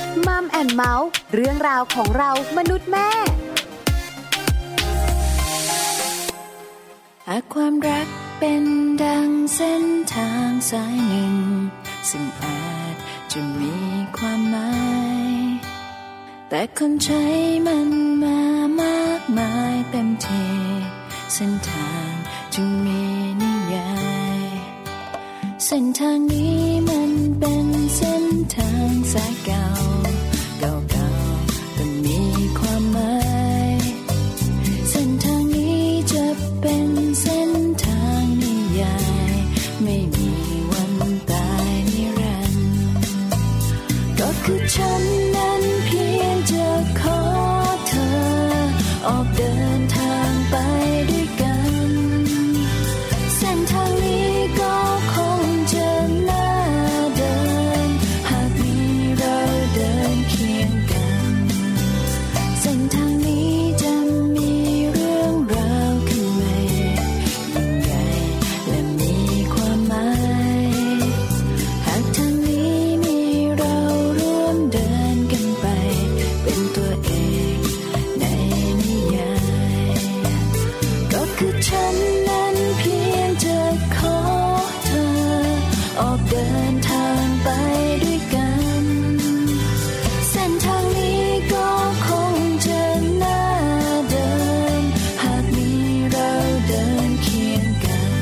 มัมแอนด์เมาส์เรื่องราวของเรามนุษย์แม่หากความรักเป็นดังเส้นทางสายหนึ่งซึ่งอาจจะมีความหมายแต่คนใช้มันมามากมายเต็มทีเส้นทางจึงมีนิยายเส้นทางนี้มันเป็นเส้นทางสายเก่าแต่มีความหมายเส้นทางนี้จะเป็นเส้นทางนิยายไม่มีวันตายนิรันดร์ก็คือฉันนั้นเพียงจะขอเธอออกเดินทางไปด้วยกันเส้นทางนี้ก็คงจะน่าเดินหากมีเราเดินเคียงกันเส้นทางนี้จะมีเรื่องราวขึ้นใหม่ยิ่งใหญ่และมีความหมายหากทางนี้มีเราร่วมเดินกันไปเป็นตัวเอกในนิยายก็คือฉันนั้นเพียงจะขอเธอออกเดินทางไปด้วยกันเส้นทางนี้ก็คงจะน่าเดินหากมีเราเดินเคียงกัน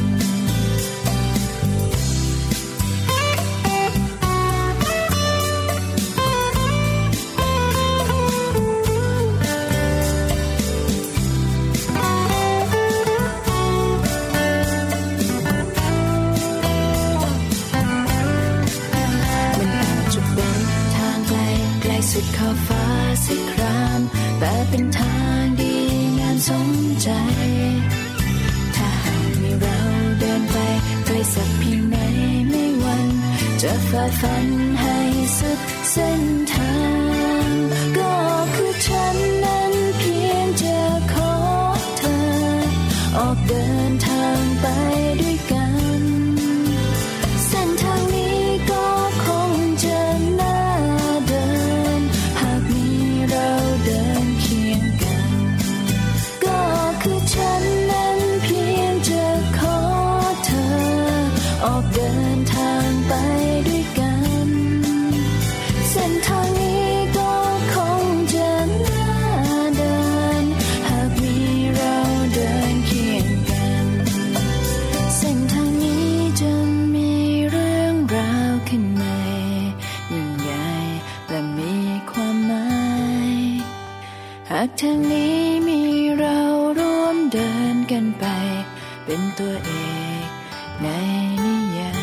มันอาจจะเป็นทางไกลไกลสุดขอบฟ้าสิครามแต่เป็นทางดีงามสมใจถ้าหากมีเราเดินไปไกลสักเพียงไหนไม่หวั่นจะฝ่าฟันให้สุดเส้นทางก็คือฉันนั้นเพียงจะขอเธอออกเดินทางไปด้วยกันเส้นทางนี้ก็คงจะน่าเดินหากมีเราเดินเคียงกันก็คือฉันนั้นเพียงจะขอเธอออกเดินทางไปด้วยกันเส้นทางนี้ก็คงจะน่าเดินหากมีเราเดินเคียงกันเส้นทางนี้จะมีเรื่องราวขึ้นใหม่ยิ่งใหญ่และมีความหมายหากทางนี้มีเราร่วมเดินกันไปเป็นตัวเอกในนิยาย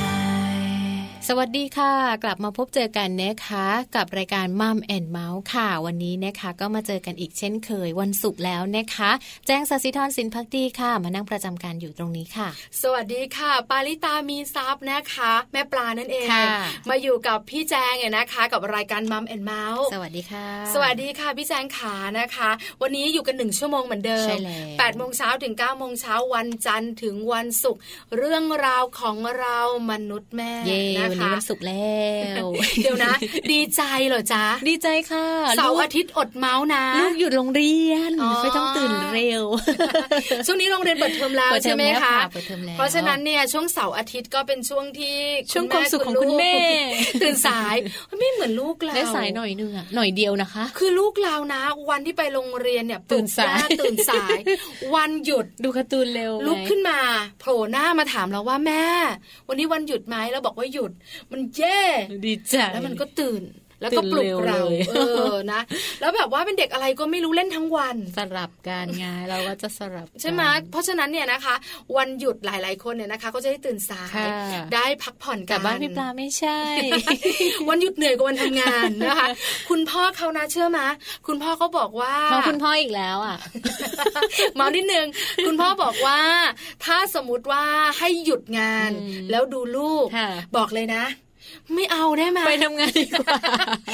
สวัสดีค่ะกลับมาพบเจอกันนะคะกับรายการมัมแอนด์เมาส์ค่ะวันนี้นะคะก็มาเจอกันอีกเช่นเคยวันศุกร์แล้วนะคะแจ้งสัสิธรสินภักดีค่ะมานั่งประจำการอยู่ตรงนี้ค่ะสวัสดีค่ะปาริตามีซับนะคะแม่ปลานั่นเองมาอยู่กับพี่แจงเนี่ยนะคะกับรายการมัมแอนด์เมาส์สวัสดีค่ะสวัสดีค่ะพี่แจงขานะคะวันนี้อยู่กัน1ชั่วโมงเหมือนเดิม 8 โมงเช้าถึง 9 โมงเช้าวันจันทร์ถึงวันศุกร์เรื่องราวของเรามนุษย์แม่นะคะวันนี้วันศุกร์แล้วเดี๋ยวนะดีใจเหรอจ๊ะดีใจค่ะเสาร์อาทิตย์อดเมาส์นะลูกหยุดโรงเรียนไม่ต้องตื่นเร็วช่วงนี้โรงเรียนเปิดเทอมแล้วใช่ไหมคะเพราะฉะนั้นเนี่ยช่วงเสาร์อาทิตย์ก็เป็นช่วงที่ช่วงความสุขของคุณแม่ตื่นสายไม่เหมือนลูกเราได้สายหน่อยนึงอ่ะหน่อยเดียวนะคะคือลูกเรานะวันที่ไปโรงเรียนเนี่ยตื่นสายวันหยุดดูการ์ตูนเร็วลุกขึ้นมาโผล่หน้ามาถามเราว่าแม่วันนี้วันหยุดไหมเราบอกว่าหยุดมันเย่ดีใจแล้วมันก็ตื่นแล้วก็ปลุกเรานะแล้วแบบว่าเป็นเด็กอะไรก็ไม่รู้เล่นทั้งวันสลับกันไงเราก็จะสลับใช่ไหมเพราะฉะนั้นเนี่ยนะคะวันหยุดหลายๆคนเนี่ยนะคะก็จะได้ตื่นสายได้พักผ่อนกันแต่บ้านพี่ปลาไม่ใช่วันหยุดเหนื่อยกว่าวันทำงานนะคะคุณพ่อเขานะเชื่อไหมคุณพ่อเขาบอกว่าคุณพ่ออีกแล้วอ่ะเมานิดนึงคุณพ่อบอกว่าถ้าสมมุติว่าให้หยุดงานแล้วดูลูกบอกเลยนะ ไม่เอาได้ไหมไปทำงานดีกว่า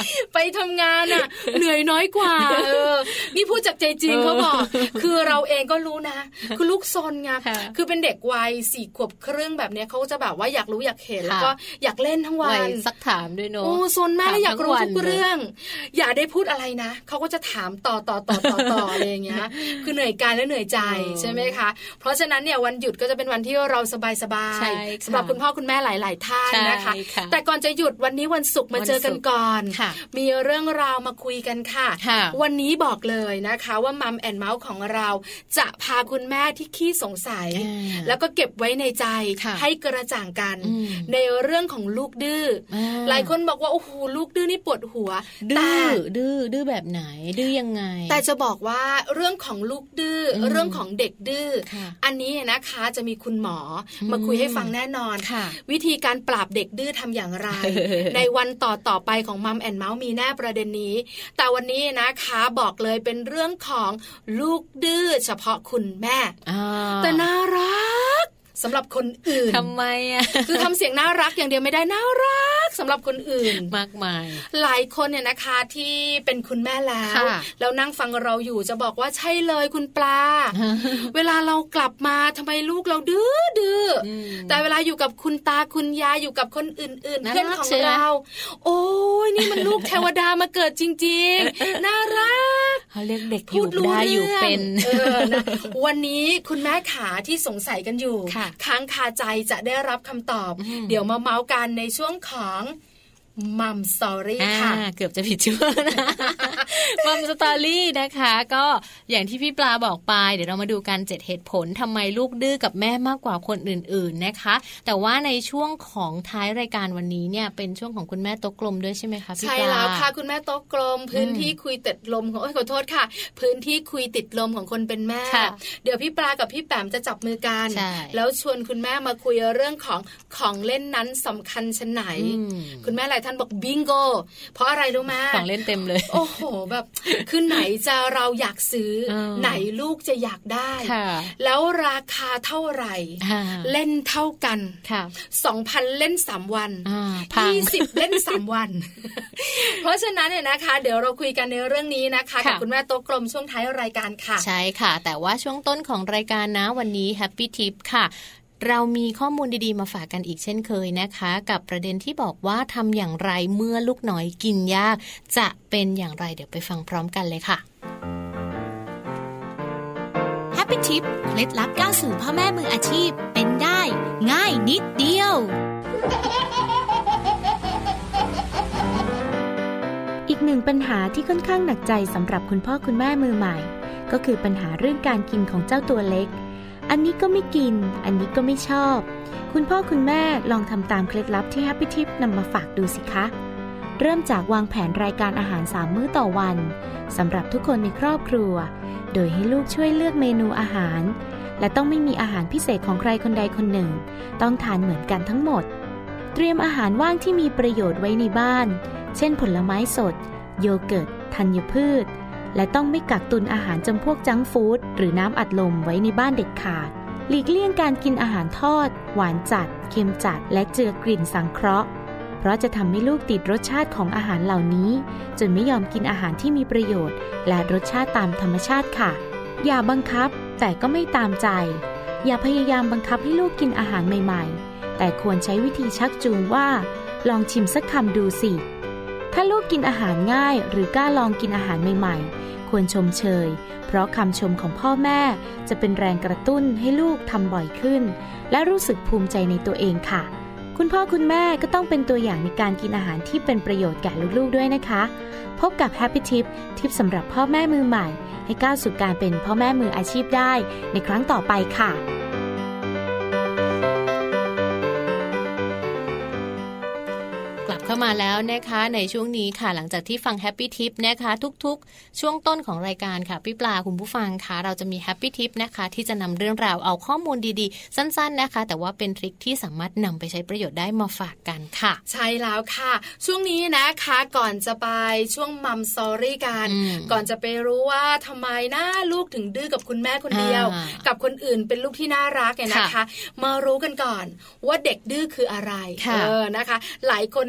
ไปทำงานอ่ะเหนื่อยน้อยกว่านี่พูดจากใจจริงเขาบอกคือเราเองก็รู้นะคือลูกซนไงคือเป็นเด็กวัย4 ขวบครึ่งแบบนี้เขาจะแบบว่าอยากรู้อยากเห็นแล้วก็อยากเล่นทั้งวันสักถามด้วยเนาะโอ้ซนมากเลยอยากรู้ทุกเรื่องอย่าได้พูดอะไรนะเขาก็จะถามต่ออะไรอย่างเงี้ยคือเหนื่อยกายและเหนื่อยใจใช่ไหมคะเพราะฉะนั้นเนี่ยวันหยุดก็จะเป็นวันที่เราสบายสำหรับคุณพ่อคุณแม่หลายๆท่านนะคะแต่ก่อนจะหยุดวันนี้วันศุกร์มาเจอกันก่อนมีเรื่องราวมาคุยกันค่ะวันนี้บอกเลยนะคะว่ามัมแอนด์เมาส์ของเราจะพาคุณแม่ที่ขี้สงสัยแล้วก็เก็บไว้ในใจให้กระจ่างกันในเรื่องของลูกดื้อหลายคนบอกว่าโอ้โหลูกดื้อนี่ปวดหัวดื้อแบบไหนดื้อยังไงแต่จะบอกว่าเรื่องของลูกดื้อเรื่องของเด็กดื้ออันนี้นะคะจะมีคุณหมอมาคุยให้ฟังแน่นอนวิธีการปราบเด็กดื้อทำอย่างไร ในวันต่อไปของมัมแอนด์เมาส์มีแน่ประเด็นนี้แต่วันนี้นะคะบอกเลยเป็นเรื่องของลูกดื้อเฉพาะคุณแม่แต่น่ารักสำหรับคนอื่นทำไมอ่ะคือทำเสียงน่ารักอย่างเดียวไม่ได้น่ารักสำหรับคนอื่นมากมายหลายคนเนี่ยนะคะที่เป็นคุณแม่แล้วนั่งฟังเราอยู่จะบอกว่าใช่เลยคุณปลา เวลาเรากลับมาทำไมลูกเราดื้อแต่เวลาอยู่กับคุณตาคุณยายอยู่กับคนอื่นๆเพื่อนของเราโอ้ยนี่มันลูกเทวดามาเกิดจริงๆน่ารักเขาเรียกเด็กอยู่ได้อยู่เป็นวันนี้คุณแม่ขาที่สงสัยกันอยู่ค้างคาใจจะได้รับคำตอบเดี๋ยวมาเมาส์กันในช่วงของมัมสตอรี่ค่ะเกือบจะผิดชื่อนะมัมสตอรี่นะคะก็อย่างที่พี่ปลาบอกไปเดี๋ยวเรามาดูกัน7เหตุผลทำไมลูกดื้อกับแม่มากกว่าคนอื่นๆนะคะแต่ว่าในช่วงของท้ายรายการวันนี้เนี่ยเป็นช่วงของคุณแม่โต๊ะกลมด้วยใช่ไหมคะพี่ปลาใช่แล้วค่ะคุณแม่โต๊ะกลมพื้นที่คุยติดลมของขอโทษค่ะพื้นที่คุยติดลมของคนเป็นแม่เดี๋ยวพี่ปลากับพี่แปมจะจับมือกันแล้วชวนคุณแม่มาคุยเรื่องของเล่นนั้นสำคัญชั้นไหนคุณแม่ท่านบอกบิงโกเพราะอะไรรู้ไหมของเล่นเต็มเลยโอ้โหแบบคือไหนจะเราอยากซื้อไหนลูกจะอยากได้แล้วราคาเท่าไหร่เล่นเท่ากัน 2,000 เล่น3วัน20เล่น3วันเพราะฉะนั้นเนี่ยนะคะเดี๋ยวเราคุยกันในเรื่องนี้นะคะกับคุณแม่โต๊ะกลมช่วงท้ายรายการค่ะใช่ค่ะแต่ว่าช่วงต้นของรายการนะวันนี้ Happy Tip ค่ะเรามีข้อมูลดีๆมาฝากกันอีกเช่นเคยนะคะกับประเด็นที่บอกว่าทำอย่างไรเมื่อลูกน้อยกินยากจะเป็นอย่างไรเดี๋ยวไปฟังพร้อมกันเลยค่ะ Happy Tip เคล็ดลับก้าวสู่พ่อแม่มืออาชีพเป็นได้ง่ายนิดเดียวอีกหนึ่งปัญหาที่ค่อนข้างหนักใจสำหรับคุณพ่อคุณแม่มือใหม่ก็คือปัญหาเรื่องการกินของเจ้าตัวเล็กอันนี้ก็ไม่กินอันนี้ก็ไม่ชอบคุณพ่อคุณแม่ลองทำตามเคล็ดลับที่ Happy Tip นำมาฝากดูสิคะเริ่มจากวางแผนรายการอาหาร3มื้อต่อวันสำหรับทุกคนในครอบครัวโดยให้ลูกช่วยเลือกเมนูอาหารและต้องไม่มีอาหารพิเศษของใครคนใดคนหนึ่งต้องทานเหมือนกันทั้งหมดเตรียมอาหารว่างที่มีประโยชน์ไว้ในบ้านเช่นผลไม้สดโยเกิร์ตธัญพืชและต้องไม่กักตุนอาหารจำพวกจังก์ฟู้ดหรือน้ำอัดลมไว้ในบ้านเด็ดขาดหลีกเลี่ยงการกินอาหารทอดหวานจัดเค็มจัดและเจือกลิ่นสังเคราะห์เพราะจะทำให้ลูกติดรสชาติของอาหารเหล่านี้จนไม่ยอมกินอาหารที่มีประโยชน์และรสชาติตามธรรมชาติค่ะอย่าบังคับแต่ก็ไม่ตามใจอย่าพยายามบังคับให้ลูกกินอาหารใหม่ๆแต่ควรใช้วิธีชักจูงว่าลองชิมสักคำดูสิถ้าลูกกินอาหารง่ายหรือกล้าลองกินอาหารใหม่ๆควรชมเชยเพราะคำชมของพ่อแม่จะเป็นแรงกระตุ้นให้ลูกทำบ่อยขึ้นและรู้สึกภูมิใจในตัวเองค่ะคุณพ่อคุณแม่ก็ต้องเป็นตัวอย่างในการกินอาหารที่เป็นประโยชน์แก่ลูกๆด้วยนะคะพบกับ Happy Tip ทิปสำหรับพ่อแม่มือใหม่ให้ก้าวสู่การเป็นพ่อแม่มืออาชีพได้ในครั้งต่อไปค่ะเข้ามาแล้วนะคะในช่วงนี้ค่ะหลังจากที่ฟัง Happy Tip นะคะทุกๆช่วงต้นของรายการค่ะพี่ปลาคุณผู้ฟังค่ะเราจะมี Happy Tip นะคะที่จะนำเรื่องราวเอาข้อมูลดีๆสั้นๆนะคะแต่ว่าเป็นทริคที่สามารถนำไปใช้ประโยชน์ได้มาฝากกันค่ะใช่แล้วค่ะช่วงนี้นะคะก่อนจะไปช่วงมัมสตอรี่กันก่อนจะไปรู้ว่าทำไมนะลูกถึงดื้อกับคุณแม่คนเดียวกับคนอื่นเป็นลูกที่น่ารักเนี่ยนะคะมารู้กันก่อนว่าเด็กดื้อคืออะไรนะคะหลายคนเนี่ยนะคะ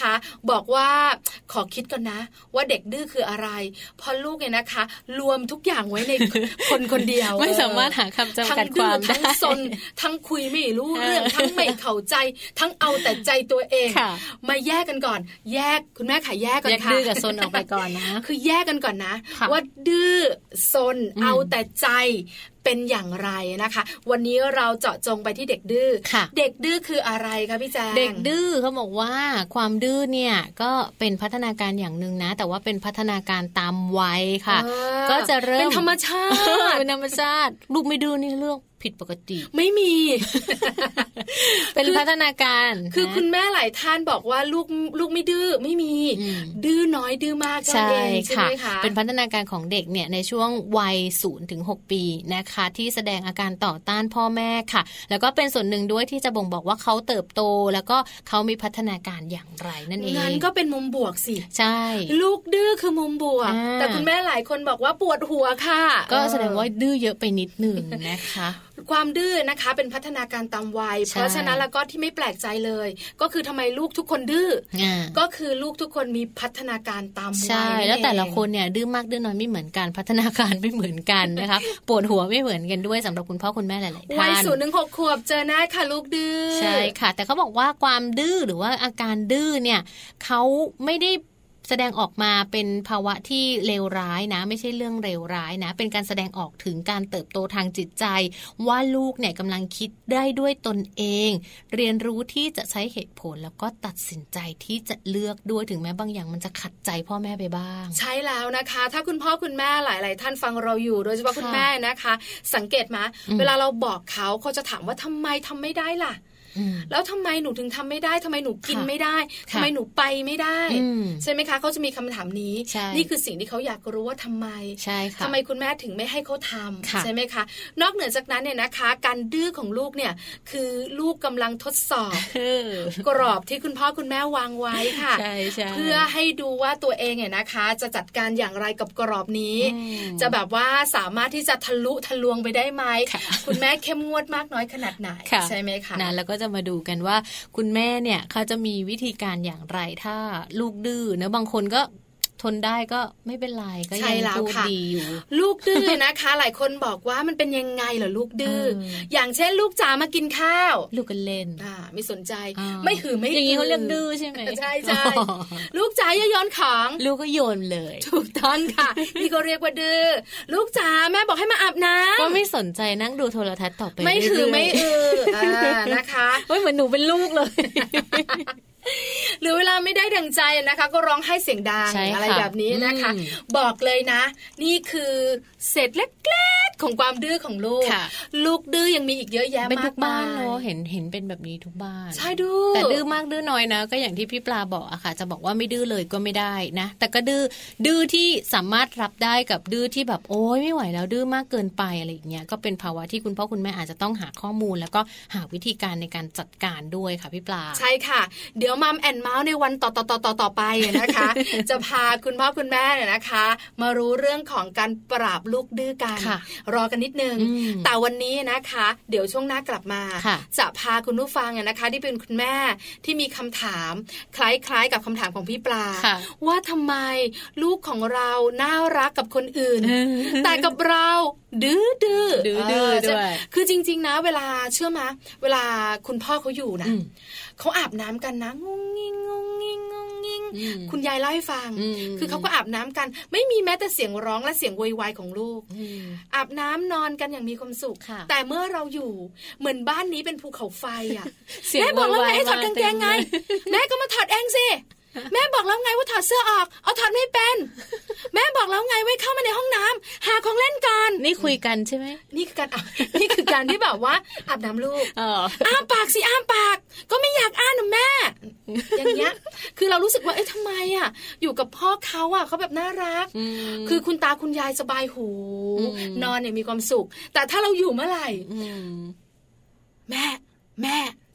นะคะบอกว่าขอคิดก่อนนะว่าเด็กดื้อคืออะไรพอลูกเนี่ยนะคะรวมทุกอย่างไว้ใน คนเดียวไม่สามารถหาคำจำกัดความได้ทั้งซนทั้งคุยไม่รู้เรื่องทั้งไม่เข้าใจทั้งเอาแต่ใจตัวเองมาแยกกันก่อนแยกคุณแม่ค่ะแยกกันค่ะแยกดื้อกับซนออกไปก่อนนะคือแยกกันก่อนนะว่าดื้อซนเอาแต่ใจเป็นอย่างไรนะคะวันนี้เราเจาะจงไปที่เด็กดื้อเด็กดื้อคืออะไรคะพี่แจงเด็กดื้อเขาบอกว่าความดื้อเนี่ยก็เป็นพัฒนาการอย่างนึงนะแต่ว่าเป็นพัฒนาการตามวัยค่ะก็จะเริ่มเป็นธรรมชาติเป็นธรรมชาติลูกไม่ดื้อนี่เรื่องผิดปกติไม่มีเป็นพัฒนาการคือคุณแม่หลายท่านบอกว่าลูกไม่ดื้อไม่มีดื้อน้อยดื้อมากใช่ไหมคะเป็นพัฒนาการของเด็กเนี่ยในช่วงวัย 0-6 ปีนะคะที่แสดงอาการต่อต้านพ่อแม่ค่ะแล้วก็เป็นส่วนหนึ่งด้วยที่จะบ่งบอกว่าเขาเติบโตแล้วก็เขามีพัฒนาการอย่างไรนั่นเองงั้นก็เป็นมุมบวกสิใช่ลูกดื้อคือมุมบวกแต่คุณแม่หลายคนบอกว่าปวดหัวค่ะก็แสดงว่าดื้อเยอะไปนิดนึงนะคะความดื้อนะคะเป็นพัฒนาการตามวัยเพราะฉะนั้นแล้วก็ที่ไม่แปลกใจเลยก็คือทำไมลูกทุกคนดื้อก็คือลูกทุกคนมีพัฒนาการตามวัยใช่แล้วแต่ละคนเนี่ยดื้อมากดื้อน้อยไม่เหมือนกันพัฒนาการไม่เหมือนกันนะคะปวดหัวไม่เหมือนกันด้วยสำหรับคุณพ่อคุณแม่หลายๆท่านวัย 0-6 ขวบเจอหน้าค่ะลูกดื้อใช่ค่ะแต่เขาบอกว่าความดื้อหรือว่าอาการดื้อเนี่ยเขาไม่ได้แสดงออกมาเป็นภาวะที่เลวร้ายนะไม่ใช่เรื่องเลวร้ายนะเป็นการแสดงออกถึงการเติบโตทางจิตใจว่าลูกเนี่ยกำลังคิดได้ด้วยตนเองเรียนรู้ที่จะใช้เหตุผลแล้วก็ตัดสินใจที่จะเลือกด้วยถึงแม้บางอย่างมันจะขัดใจพ่อแม่ไปบ้างใช่แล้วนะคะถ้าคุณพ่อคุณแม่หลายๆท่านฟังเราอยู่โดยเฉพาะคุณแม่นะคะสังเกตไหมเวลาเราบอกเขาจะถามว่าทำไมทำไม่ได้ล่ะแล้วทำไมหนูถึงทำไม่ได้ทำไมหนูกินไม่ได้ทำไมหนูไปไม่ได้ใช่ไหมคะเขาจะมีคำถามนี้นี่คือสิ่งที่เขาอยากรู้ว่าทำไมทำไมคุณแม่ถึงไม่ให้เขาทำใช่ไหมคะนอกเหนือจากนั้นเนี่ยนะคะการดื้อของลูกเนี่ยคือลูกกำลังทดสอบกรอบที่คุณพ่อคุณแม่วางไว้ค่ะเพื่อให้ดูว่าตัวเองเนี่ยนะคะจะจัดการอย่างไรกับกรอบนี้จะแบบว่าสามารถที่จะทะลุทะลวงไปได้ไหมคุณแม่เข้มงวดมากน้อยขนาดไหนใช่ไหมคะนะแล้วก็จะมาดูกันว่าคุณแม่เนี่ยเขาจะมีวิธีการอย่างไรถ้าลูกดื้อนะบางคนก็ทนได้ก็ไม่เป็นไรก็ยังพูดดีอยู่ลูกดื้อนะคะหลายคนบอกว่ามันเป็นยังไงเหรอลูกดื้ออย่างเช่นลูกจ๋ามากินข้าวลูกก็เล่นไม่สนใจไม่หือไม่อย่างนี้เขาเรียกดื้อใช่ไหมใช่ใช่ลูกจ๋าอย่าโยนของลูกก็โยนเลยถูกต้องค่ะนี่ก็เรียกว่าดื้อลูกจ๋าแม่บอกให้มาอาบน้ำก็ไม่สนใจนั่งดูโทรทัศน์ต่อไปไม่หือไม่นะคะเหมือนหนูเป็นลูกเลยหรือเวลาไม่ได้ดังใจนะคะก็ร้องไห้เสียงดังอะไรแบบนี้นะคะบอกเลยนะนี่คือเศษเล็กๆของความดื้อของลูกลูกดื้อยังมีอีกเยอะแยะมากมายเป็นทุกบ้านเนาะเห็นเป็นแบบนี้ทุกบ้านใช่ดื้อแต่ดื้อมากดื้อน้อยนะก็อย่างที่พี่ปลาบอกอะค่ะจะบอกว่าไม่ดื้อเลยก็ไม่ได้นะแต่ก็ดื้อที่สามารถรับได้กับดื้อที่แบบโอ๊ยไม่ไหวแล้วดื้อมากเกินไปอะไรอย่างเงี้ยก็เป็นภาวะที่คุณพ่อคุณแม่อาจจะต้องหาข้อมูลแล้วก็หาวิธีการในการจัดการด้วยค่ะพี่ปลาใช่ค่ะเดี๋ยวมัมแอนด์เมาส์ในวันต่อไปนะคะ จะพาคุณพ่อคุณแม่เนี่ยนะคะมารู้เรื่องของการปราบลูกดื้อกันรอกันนิดนึงแต่วันนี้นะคะเดี๋ยวช่วงหน้ากลับมาจะพาคุณผู้ฟังนะคะที่เป็นคุณแม่ที่มีคำถามคล้ายๆกับคำถามของพี่ปลาว่าทำไมลูกของเราน่ารักกับคนอื่นแต่กับเราดื้อด้วยคือจริงๆนะเวลาเชื่อมั้ยเวลาคุณพ่อเขาอยู่นะเขาอาบน้ำกันนะงงงิงคุณยายเล่าให้ฟังคือเขาก็อาบน้ำกันไม่มีแม้แต่เสียงร้องและเสียงโวยวายของลูกอาบน้ำนอนกันอย่างมีความสุขแต่เมื่อเราอยู่เหมือนบ้านนี้เป็นภูเขาไฟอ่ะแม่บอกแล้วไงให้ถอดกางเกงไงแม่ก็มาถอดเองสิแม่บอกแล้วไงว่าถอดเสื้อออกเอาถอดไม่เป็นแม่บอกแล้วไงไว้เข้ามาในห้องน้ำหาของเล่นกันนี่คุยกันใช่ไหมนี่คือการที่แบบว่าอาบน้ำลูกอ้าปากสิอ้าปากก็ไม่อยากอ้านะแม่อย่างเงี้ยคือเรารู้สึกว่าเอ๊ะทำไมอ่ะอยู่กับพ่อเขาอ่ะเขาแบบน่ารักคือคุณตาคุณยายสบายหูนอนเนี่ยมีความสุขแต่ถ้าเราอยู่เมื่อไหร่แม่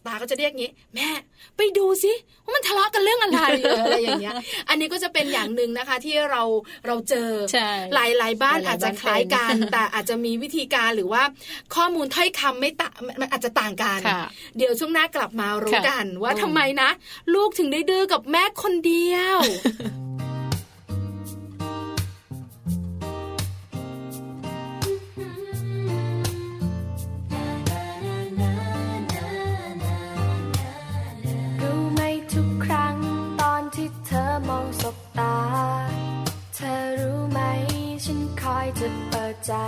ตาก็จะเรียกงี้แม่ไปดูสิว่ามันทะเลาะกันเรื่องอะไร อะไรอย่างเงี้ยอันนี้ก็จะเป็นอย่างนึงนะคะที่เราเจอหลายบ้านอาจจะคล้ายกันแต่อาจจะมีวิธีการหรือว่าข้อมูลถ้อยคำมันอาจจะต่างกันเดี๋ยวช่วงหน้ากลับมารู้กันว่าทำไมนะลูกถึงได้ดื้อกับแม่คนเดียวสบตาเธอรู้ไหมฉันคอยจะเปิดใจ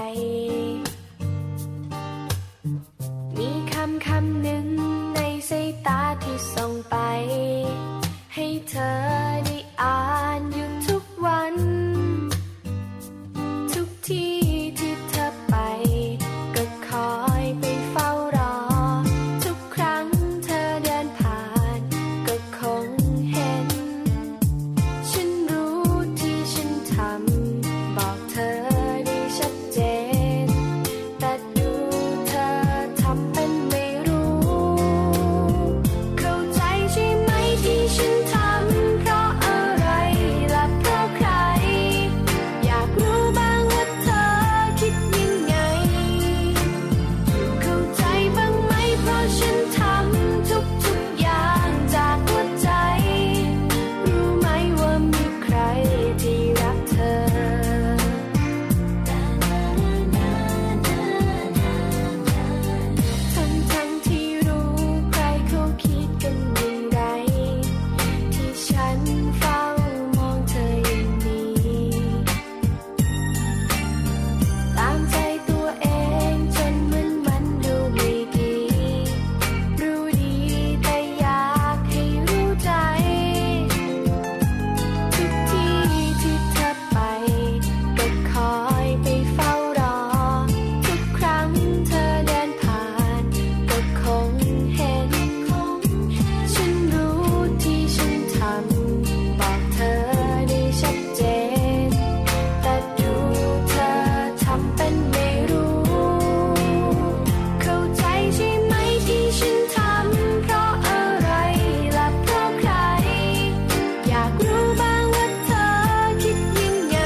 มีคำหนึ่งในสายตาที่ส่งไปให้เธอได้อ่านอยู่ทุกวันทุกที่ที่เธอไปก็คอยไปเฝ้ารอทุกครั้งเธอเดินผ่านก็คงเห็นบอกเธอได้ชัดเจนแต่ดูเธอทำเป็นไม่รู้เข้าใจใช่ไหมที่ฉันทำเพราะอะไรและเพราะใครอยากรู้บ้างว่าเธอคิดยังไงเข้าใจบ้างไหมเพราะฉันทำทุกอย่างจากหัวใจรู้ไหมว่ามีใครที่รักเธอทั้งที่รู้ใครเขาคิดกันอย่างไรที่ฉันเฝ้ามองเธออย่างนี้ตามใจตัวเองจนมันดูไม่ดีรู้ดีแต่อยากให้รู้ใจทุกที่ที่เธอไปก็คอยไปเฝ้ารอทุกครั้งเธอเดินผ่านก็คงเห็นฉันรู้ที่ฉันทำบอกเธอได้ชัดเจนแต่ดูเธอทำเป็นไม่รู้เข้าใจใช่ไหมที่ฉันทำเพราะอะไรและเพราะใครอยากรู้บ้างว่าเธอคิดยังไง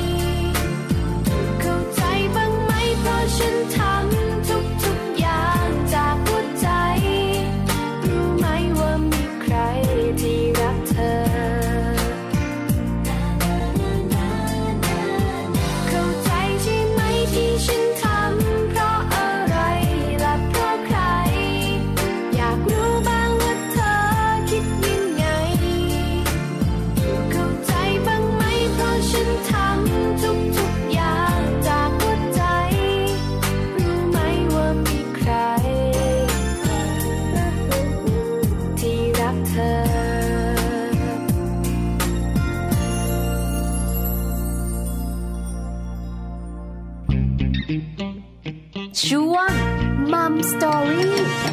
เข้าใจบ้างไหมเพราะฉันทำทุกอย่างจากหัวใจรู้ไหมว่ามีใครที่รักเธอเข้าใจใช่ไหมที่ฉันทำเพราะอะไรและเพราะใครอยากรู้บ้างว่าเธอคิดยังไงเข้าใจบ้างไหมเพราะฉันทำทุกอย่างจากหัวใจรู้ไหมว่ามีใครที่รักเธอช่วงมัมสตอรี่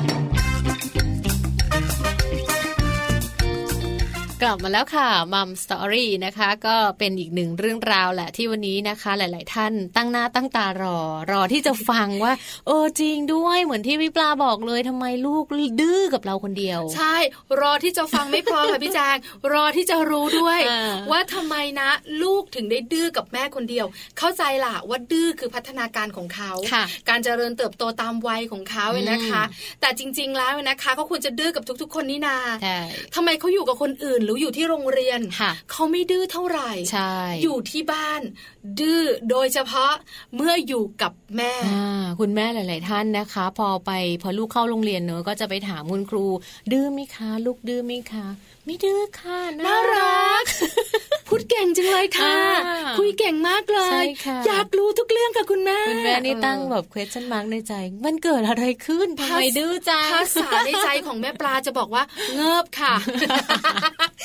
กลับมาแล้วค่ะมัมสตอรี่นะคะก็เป็นอีกหนึ่งเรื่องราวแหละที่วันนี้นะคะหลายๆท่านตั้งหน้าตั้งตารอที่จะฟังว่าจริงด้วยเหมือนที่พี่ปลาบอกเลยทำไมลูกดื้อกับเราคนเดียวใช่รอที่จะฟังไม่พอค่ะพี่แจงรอที่จะรู้ด้วยว่าทำไมนะลูกถึงได้ดื้อกับแม่คนเดียวเข้าใจล่ะว่าดื้อคือพัฒนาการของเขาการเจริญเติบโตตามวัยของเขานะคะแต่จริงๆแล้วนะคะเขาควรจะดื้อกับทุกๆคนนี่นาทำไมเขาอยู่กับคนอื่นหรืออยู่ที่โรงเรียนเขาไม่ดื้อเท่าไหร่อยู่ที่บ้านดื้อโดยเฉพาะเมื่ออยู่กับแม่คุณแม่หลายๆท่านนะคะพอลูกเข้าโรงเรียนเนอะก็จะไปถามคุณครูดื้อไหมคะลูกดื้อไหมคะไม่ดื้อค่ะน่ารักพูดเก่งจังเลยค่ะคุยเก่งมากเลยอยากรู้ทุกเรื่องค่ะคุณแม่นี่ตั้งแบบ question mark ในใจมันเกิดอะไรขึ้นทำไมดื้อจังภาษาในใจของแม่ปลาจะบอกว่าเงิบค่ะ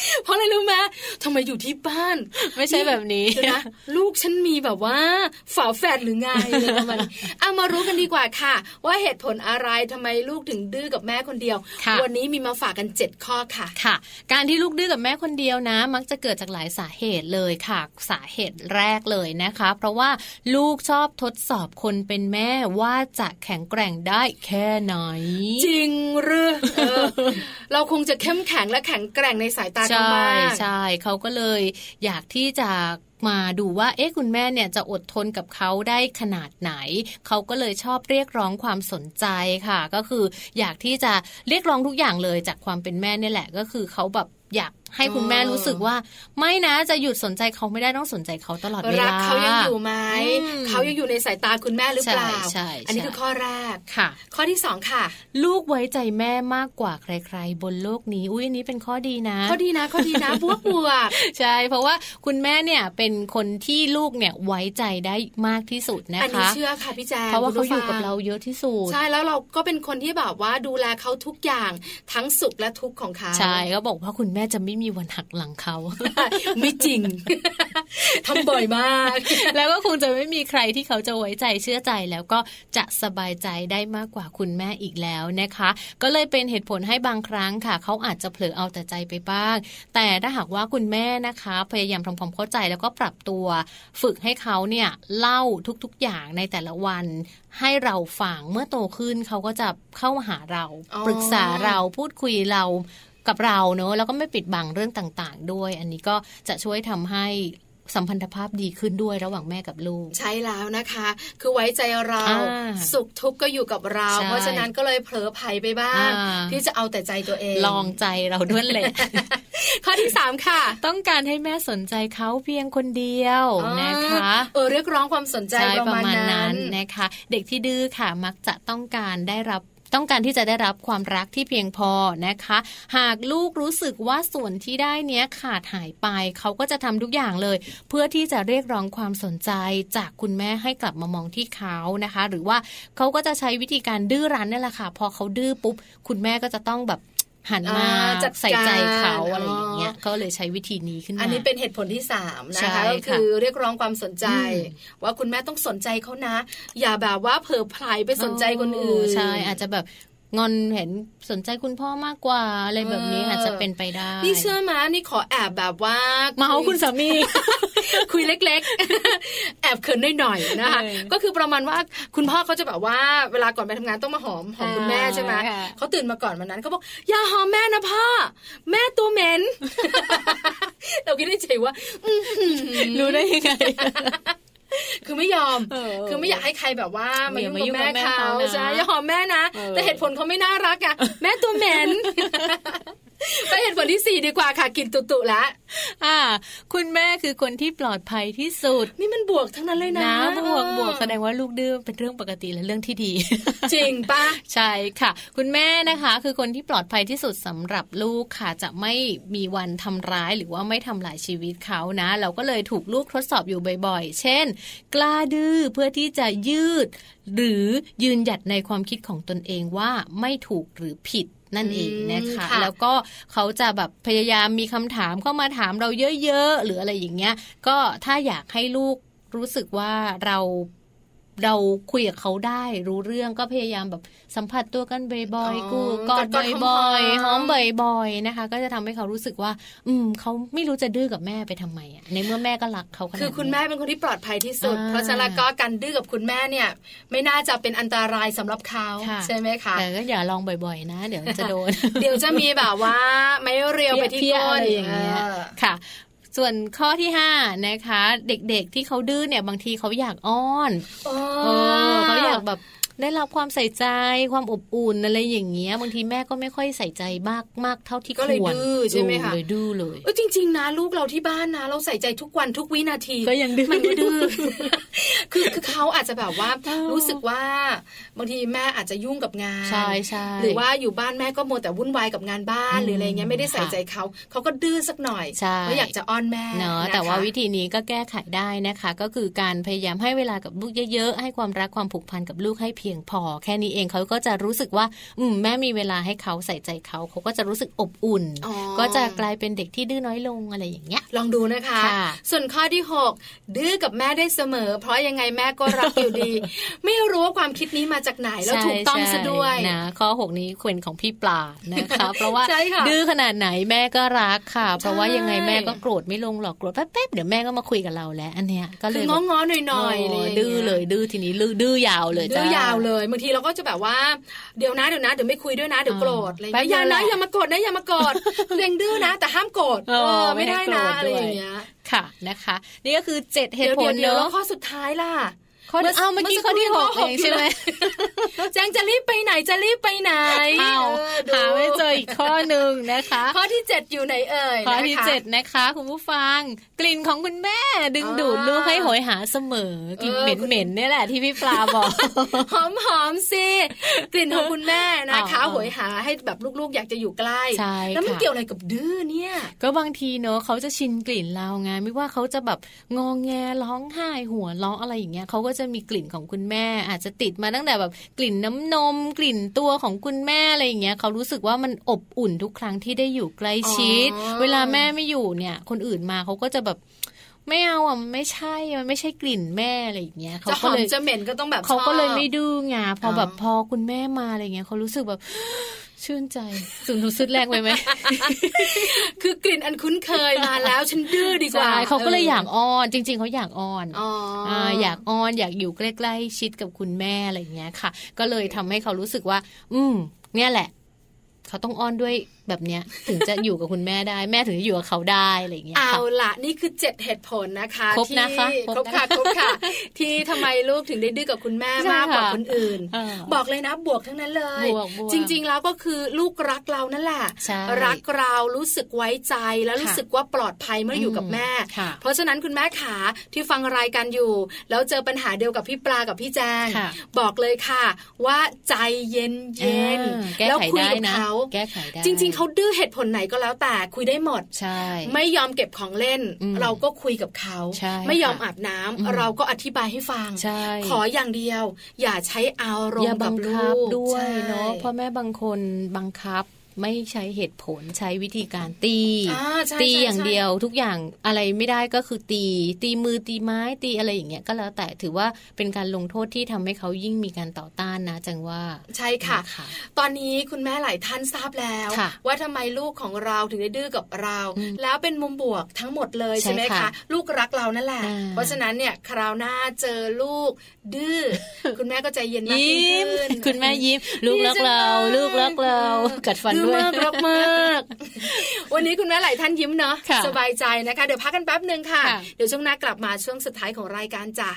เพราะอะไรรู้ไหมทำไมอยู่ที่บ้านไม่ใช่แบบนี้นะลูกฉันมีแบบว่าฝาแฝดหรือไงอะไรประมาณนี้เอามารู้กันดีกว่าค่ะว่าเหตุผลอะไรทำไมลูกถึงดื้อกับแม่คนเดียววันนี้มีมาฝากกัน7ข้อค่ะค่ะการที่ลูกดื้อกับแม่คนเดียวนะมักจะเกิดจากหลายสาเหตุเลยค่ะสาเหตุแรกเลยนะคะเพราะว่าลูกชอบทดสอบคนเป็นแม่ว่าจะแข็งแกร่งได้แค่ไหนจริงหรือ เราคงจะเข้มแข็งและแข็งแกร่งในสายตาเขามากใช่เขาก็เลยอยากที่จะมาดูว่าคุณแม่เนี่ยจะอดทนกับเขาได้ขนาดไหนเขาก็เลยชอบเรียกร้องความสนใจค่ะก็คืออยากที่จะเรียกร้องทุกอย่างเลยจากความเป็นแม่นี่แหละก็คือเขาแบบอยากให้คุณแม่รู้สึกว่าไม่นะจะหยุดสนใจเขาไม่ได้ต้องสนใจเขาตลอดเวลารักเขายังอยู่ไหมเขายังอยู่ในสายตาคุณแม่หรือเปล่าอันนี้คือข้อแรกค่ะข้อที่2ค่ะลูกไว้ใจแม่มากกว่าใครๆบนโลกนี้อันนี้เป็นข้อดีนะข้อดีนะบวกใช่เพราะว่าคุณแม่เนี่ยเป็นคนที่ลูกเนี่ยไว้ใจได้มากที่สุดนะคะอันนี้เชื่อค่ะพี่แจงเพราะว่าเขาอยู่กับเราเยอะที่สุดใช่แล้วเราก็เป็นคนที่แบบว่าดูแลเขาทุกอย่างทั้งสุขและทุกข์ของเขาใช่เขาบอกว่าคุณแม่จะไม่มีวันหักหลังเขาไม่จริง ทำบ่อยมากแล้วก็คงจะไม่มีใครที่เขาจะไว้ใจเชื่อใจแล้วก็จะสบายใจได้มากกว่าคุณแม่อีกแล้วนะคะก็เลยเป็นเหตุผลให้บางครั้งค่ะเขาอาจจะเผลอเอาแต่ใจไปบ้างแต่ถ้าหากว่าคุณแม่นะคะพยายามทำความเข้าใจแล้วก็ปรับตัวฝึกให้เขาเนี่ยเล่าทุกๆอย่างในแต่ละวันให้เราฟังเมื่อโตขึ้นเขาก็จะเข้าหาเราปรึกษาเราพูดคุยเรากับเราเนอะแล้วก็ไม่ปิดบังเรื่องต่างๆด้วยอันนี้ก็จะช่วยทำให้สัมพันธภาพดีขึ้นด้วยระหว่างแม่กับลูกใช่แล้วนะคะคือไว้ใจเราสุขทุกข์ก็อยู่กับเราเพราะฉะนั้นก็เลยเผลอไผลไปบ้างที่จะเอาแต่ใจตัวเองลองใจเราด้วยเลยข้อที่3ค่ะต้องการให้แม่สนใจเขาเพียงคนเดียวนะคะเรียกร้องความสนใจประมาณนั้นนะคะเด็กที่ดื้อค่ะมักจะต้องการที่จะได้รับความรักที่เพียงพอนะคะหากลูกรู้สึกว่าส่วนที่ได้เนี้ยขาดหายไปเขาก็จะทำทุกอย่างเลยเพื่อที่จะเรียกร้องความสนใจจากคุณแม่ให้กลับมามองที่เขานะคะหรือว่าเขาก็จะใช้วิธีการดื้อรั้นนี่แหละค่ะพอเขาดื้อปุ๊บคุณแม่ก็จะต้องแบบหันมาใส่ใจเขาอะไรอย่างเงี้ยก็เลยใช้วิธีนี้ขึ้นมาอันนี้เป็นเหตุผลที่3นะคะก็คือเรียกร้องความสนใจว่าคุณแม่ต้องสนใจเขานะอย่าแบบว่าเผลอไผลไปสนใจคนอื่นใช่อาจจะแบบงอนเห็นสนใจคุณพ่อมากกว่าอะไรแบบนี้อาจจะเป็นไปได้นี่เชื่อมั้ยนี่ขอแอบแบบว่าเมาคุณสามีคุยเล็กๆแอบเขินหน่อยๆนะคะก็คือประมาณว่าคุณพ่อเขาจะแบบว่าเวลาก่อนไปทำงานต้องมาหอมคุณแม่ใช่ไหมเขาตื่นมาก่อนวันนั้นเขาบอกอย่าหอมแม่นะพ่อแม่ตัวเหม็น เราคิดในใจว่ารู้ได้ยังไงคือไม่ยอมคือไม่อยากให้ใครแบบว่ามายุ่งกับแม่เขาใช่อย่าหอมแม่นะแต่เหตุผลเขาไม่น่ารักอ่ะแม่ตัวเหม็นไปเหตุผลที่4ดีกว่าค่ะกินตุๆแล้วคุณแม่คือคนที่ปลอดภัยที่สุดนี่มันบวกทั้งนั้นเลยนะบวกแสดงว่าลูกดื้อเป็นเรื่องปกติและเรื่องที่ดีจริงปะใช่ค่ะคุณแม่นะคะคือคนที่ปลอดภัยที่สุดสำหรับลูกค่ะจะไม่มีวันทำร้ายหรือว่าไม่ทำลายชีวิตเขานะเราก็เลยถูกลูกทดสอบอยู่บ่อยๆเช่นกล้าดื้อเพื่อที่จะยืดหรือยืนหยัดในความคิดของตนเองว่าไม่ถูกหรือผิดนั่นเองนะคะแล้วก็เขาจะแบบพยายามมีคำถามเข้ามาถามเราเยอะๆหรืออะไรอย่างเงี้ยก็ถ้าอยากให้ลูกรู้สึกว่าเราคุยกับเขาได้รู้เรื่องก็พยายามแบบสัมผัสตัวกันบ่อยๆกูกอดบ่อยๆหอมบ่อยๆนะคะก็จะทำให้เขารู้สึกว่าเขาไม่รู้จะดื้อกับแม่ไปทำไมอ่ะในเมื่อแม่ก็รักเขาขนาดนี้คือคุณแม่เป็นคนที่ปลอดภัยที่สุดเพราะฉะนั้นก็การดื้อกับคุณแม่เนี่ยไม่น่าจะเป็นอันตรายสำหรับเขาใช่ไหมคะแต่ก็อย่าลองบ่อยๆนะเดี๋ยวจะโดนเดี๋ยวจะมีแบบว่าไม่เรียวไปที่ก้นอย่างเงี้ยค่ะส่วนข้อที่5นะคะเด็กๆที่เขาดื้อเนี่ยบางทีเขาอยากอ้อนเขาอยากแบบได้รับความใส่ใจความอบอุ่นอะไรอย่างเงี้ยบางทีแม่ก็ไม่ค่อยใส่ใจมากเท่าที่ควรก็เลยดื้อใช่ไหมคะเลยดื้อเลยจริงๆนะลูกเราที่บ้านนะเราใส่ใจทุกวันทุกวินาทีก็ยังดื้อมันก็ดื้อคือเขาอาจจะแบบว่ารู้สึกว่าบางทีแม่อาจจะยุ่งกับงานใช่หรือว่าอยู่บ้านแม่ก็มัวแต่วุ่นวายกับงานบ้านหรืออะไรเงี้ยไม่ได้ใส่ใจเขาก็ดื้อสักหน่อยเพราะอยากจะอ้อนแม่เนาะแต่ว่าวิธีนี้ก็แก้ไขได้นะคะก็คือการพยายามให้เวลากับลูกเยอะๆให้ความรักความผูกพันกับลูกให้เพียงพอแค่นี้เองเขาก็จะรู้สึกว่าแม่มีเวลาให้เขาใส่ใจเขาก็จะรู้สึกอบอุ่นก็จะกลายเป็นเด็กที่ดื้อน้อยลงอะไรอย่างเงี้ยลองดูนะคะส่วนข้อที่6ดื้อกับแม่ได้เสมอเพราะยังไงแม่ก็รักอยู่ดี ไม่รู้ว่าความคิดนี้มาจากไหนแล้วถูกต้องซะด้วยนะข้อ6นี้ควรของพี่ปลานะคะเพราะว่าดื้อขนาดไหนแม่ก็รักค่ะเพราะว่ายังไงแม่ก็โกรธไม่ลงหรอกโกรธแป๊บๆเดี๋ยวแม่ก็มาคุยกับเราแล้วอันเนี้ยก็เลยง้อๆหน่อยๆเลยดื้อเลยดื้อทีนี้ดื้อยาวเลยดื้อยาวเลยบางทีเราก็จะแบบว่าเดี๋ยวนะเดี๋ยวไม่คุยด้วยนะเดี๋ยวโกรธอะไรอย่านะอย่ามาโกรธนะอย่ามาโกรธเลี้ยงดื้อนะแต่ห้ามโกรธไม่ได้นะอะไรอย่างเงี้ยค่ะนะคะนี่ก็คือ7เหตุผลเนอะแล้วข้อสุดท้ายล่ะเมื่อกี้ข้อที่6เองใช่ไหมแจงจะรีบไปไหนหาไม่เจออีกข้อนึงนะคะข้อที่7อยู่ไหนเอ่ยข้อที่7นะคะคุณผู้ฟังกลิ่นของคุณแม่ดึงดูดลูกให้โหยหาเสมอกลิ่นเหม็นๆนี่แหละที่พี่ปลาบอกหอมๆสิกลิ่นของคุณแม่นะคะโหยหาให้แบบลูกๆอยากจะอยู่ใกล้แล้วมันเกี่ยวอะไรกับดื้อเนี่ยก็บางทีเนอะเขาจะชินกลิ่นเราไงไม่ว่าเขาจะแบบงอแงร้องไห้หัวร้องอะไรอย่างเงี้ยเขาก็จะมีกลิ่นของคุณแม่อาจจะติดมาตั้งแต่แบบกลิ่นน้ำนมกลิ่นตัวของคุณแม่อะไรอย่างเงี้ยเขารู้สึกว่ามันอบอุ่นทุกครั้งที่ได้อยู่ใกล้ชิดเวลาแม่ไม่อยู่เนี่ยคนอื่นมาเขาก็จะแบบไม่เอาอ่ะมันไม่ใช่กลิ่นแม่อะไรอย่างเงี้ยเขาก็เลยจะเหม็นก็ต้องแบบเขาก็เลยไม่ดื้อไงพอคุณแม่มาอะไรเงี้ยเขารู้สึกแบบชื่นใจสุดแรงไปไหมคือกลิ่นอันคุ้นเคยมาแล้วฉันดื้อดีกว่าเขาก็เลยอยากอ้อนจริงๆเขาอยากอ้อนอยากอ้อนอยากอยู่ใกล้ๆชิดกับคุณแม่อะไรอย่างเงี้ยค่ะก็เลยทำให้เขารู้สึกว่าเนี่ยแหละเขาต้องอ้อนด้วยแบบเนี้ยถึงจะอยู่กับคุณแม่ได้แม่ถึงจะอยู่กับเขาได้อะไรอย่างเงี้ยเอาล่ะนี่คือ7เหตุผลนะคะครบนะคะครบค่ะที่ทำไมลูกถึงได้ดื้อกับคุณแม่มากกว่าคนอื่นบอกเลยนะบวกทั้งนั้นเลยจริงๆแล้วก็คือลูกรักเรานั่นแหละรักเรารู้สึกไว้ใจแล้วรู้สึกว่าปลอดภัยเมื่ออยู่กับแม่เพราะฉะนั้นคุณแม่ขาที่ฟังรายการอยู่แล้วเจอปัญหาเดียวกับพี่ปลากับพี่แจงบอกเลยค่ะว่าใจเย็นๆแล้วคุยกับเขาจริงๆเขาดื้อเหตุผลไหนก็แล้วแต่คุยได้หมดไม่ยอมเก็บของเล่นเราก็คุยกับเขาไม่ยอมอาบน้ำเราก็อธิบายให้ฟังขออย่างเดียวอย่าใช้อารมณ์กับลูกด้วยเนาะเพราะแม่บางคนบังคับไม่ใช้เหตุผลใช้วิธีการตีอย่างเดียวทุกอย่างอะไรไม่ได้ก็คือตีมือตีไม้ตีอะไรอย่างเงี้ยก็แล้วแต่ถือว่าเป็นการลงโทษที่ทำให้เขายิ่งมีการต่อต้านนะจังว่าใช่ค่ะตอนนี้คุณแม่หลายท่านทราบแล้วว่าทำไมลูกของเราถึงได้ดื้อกับเราแล้วเป็นมุมบวกทั้งหมดเลยใช่ไหมคะลูกรักเรานั่นแหละเพราะฉะนั้นเนี่ยคราวหน้าเจอลูกดื้อคุณแม่ก็ใจเย็นมากขึ้นคุณแม่ยิ้มลูกรักเรากัดฟันรักมากวันนี้คุณแม่หลายท่านยิ้มเนาะสบายใจนะคะเดี๋ยวพักกันแป๊บนึงค่ะเดี๋ยวช่วงหน้ากลับมาช่วงสุดท้ายของรายการจ้ะ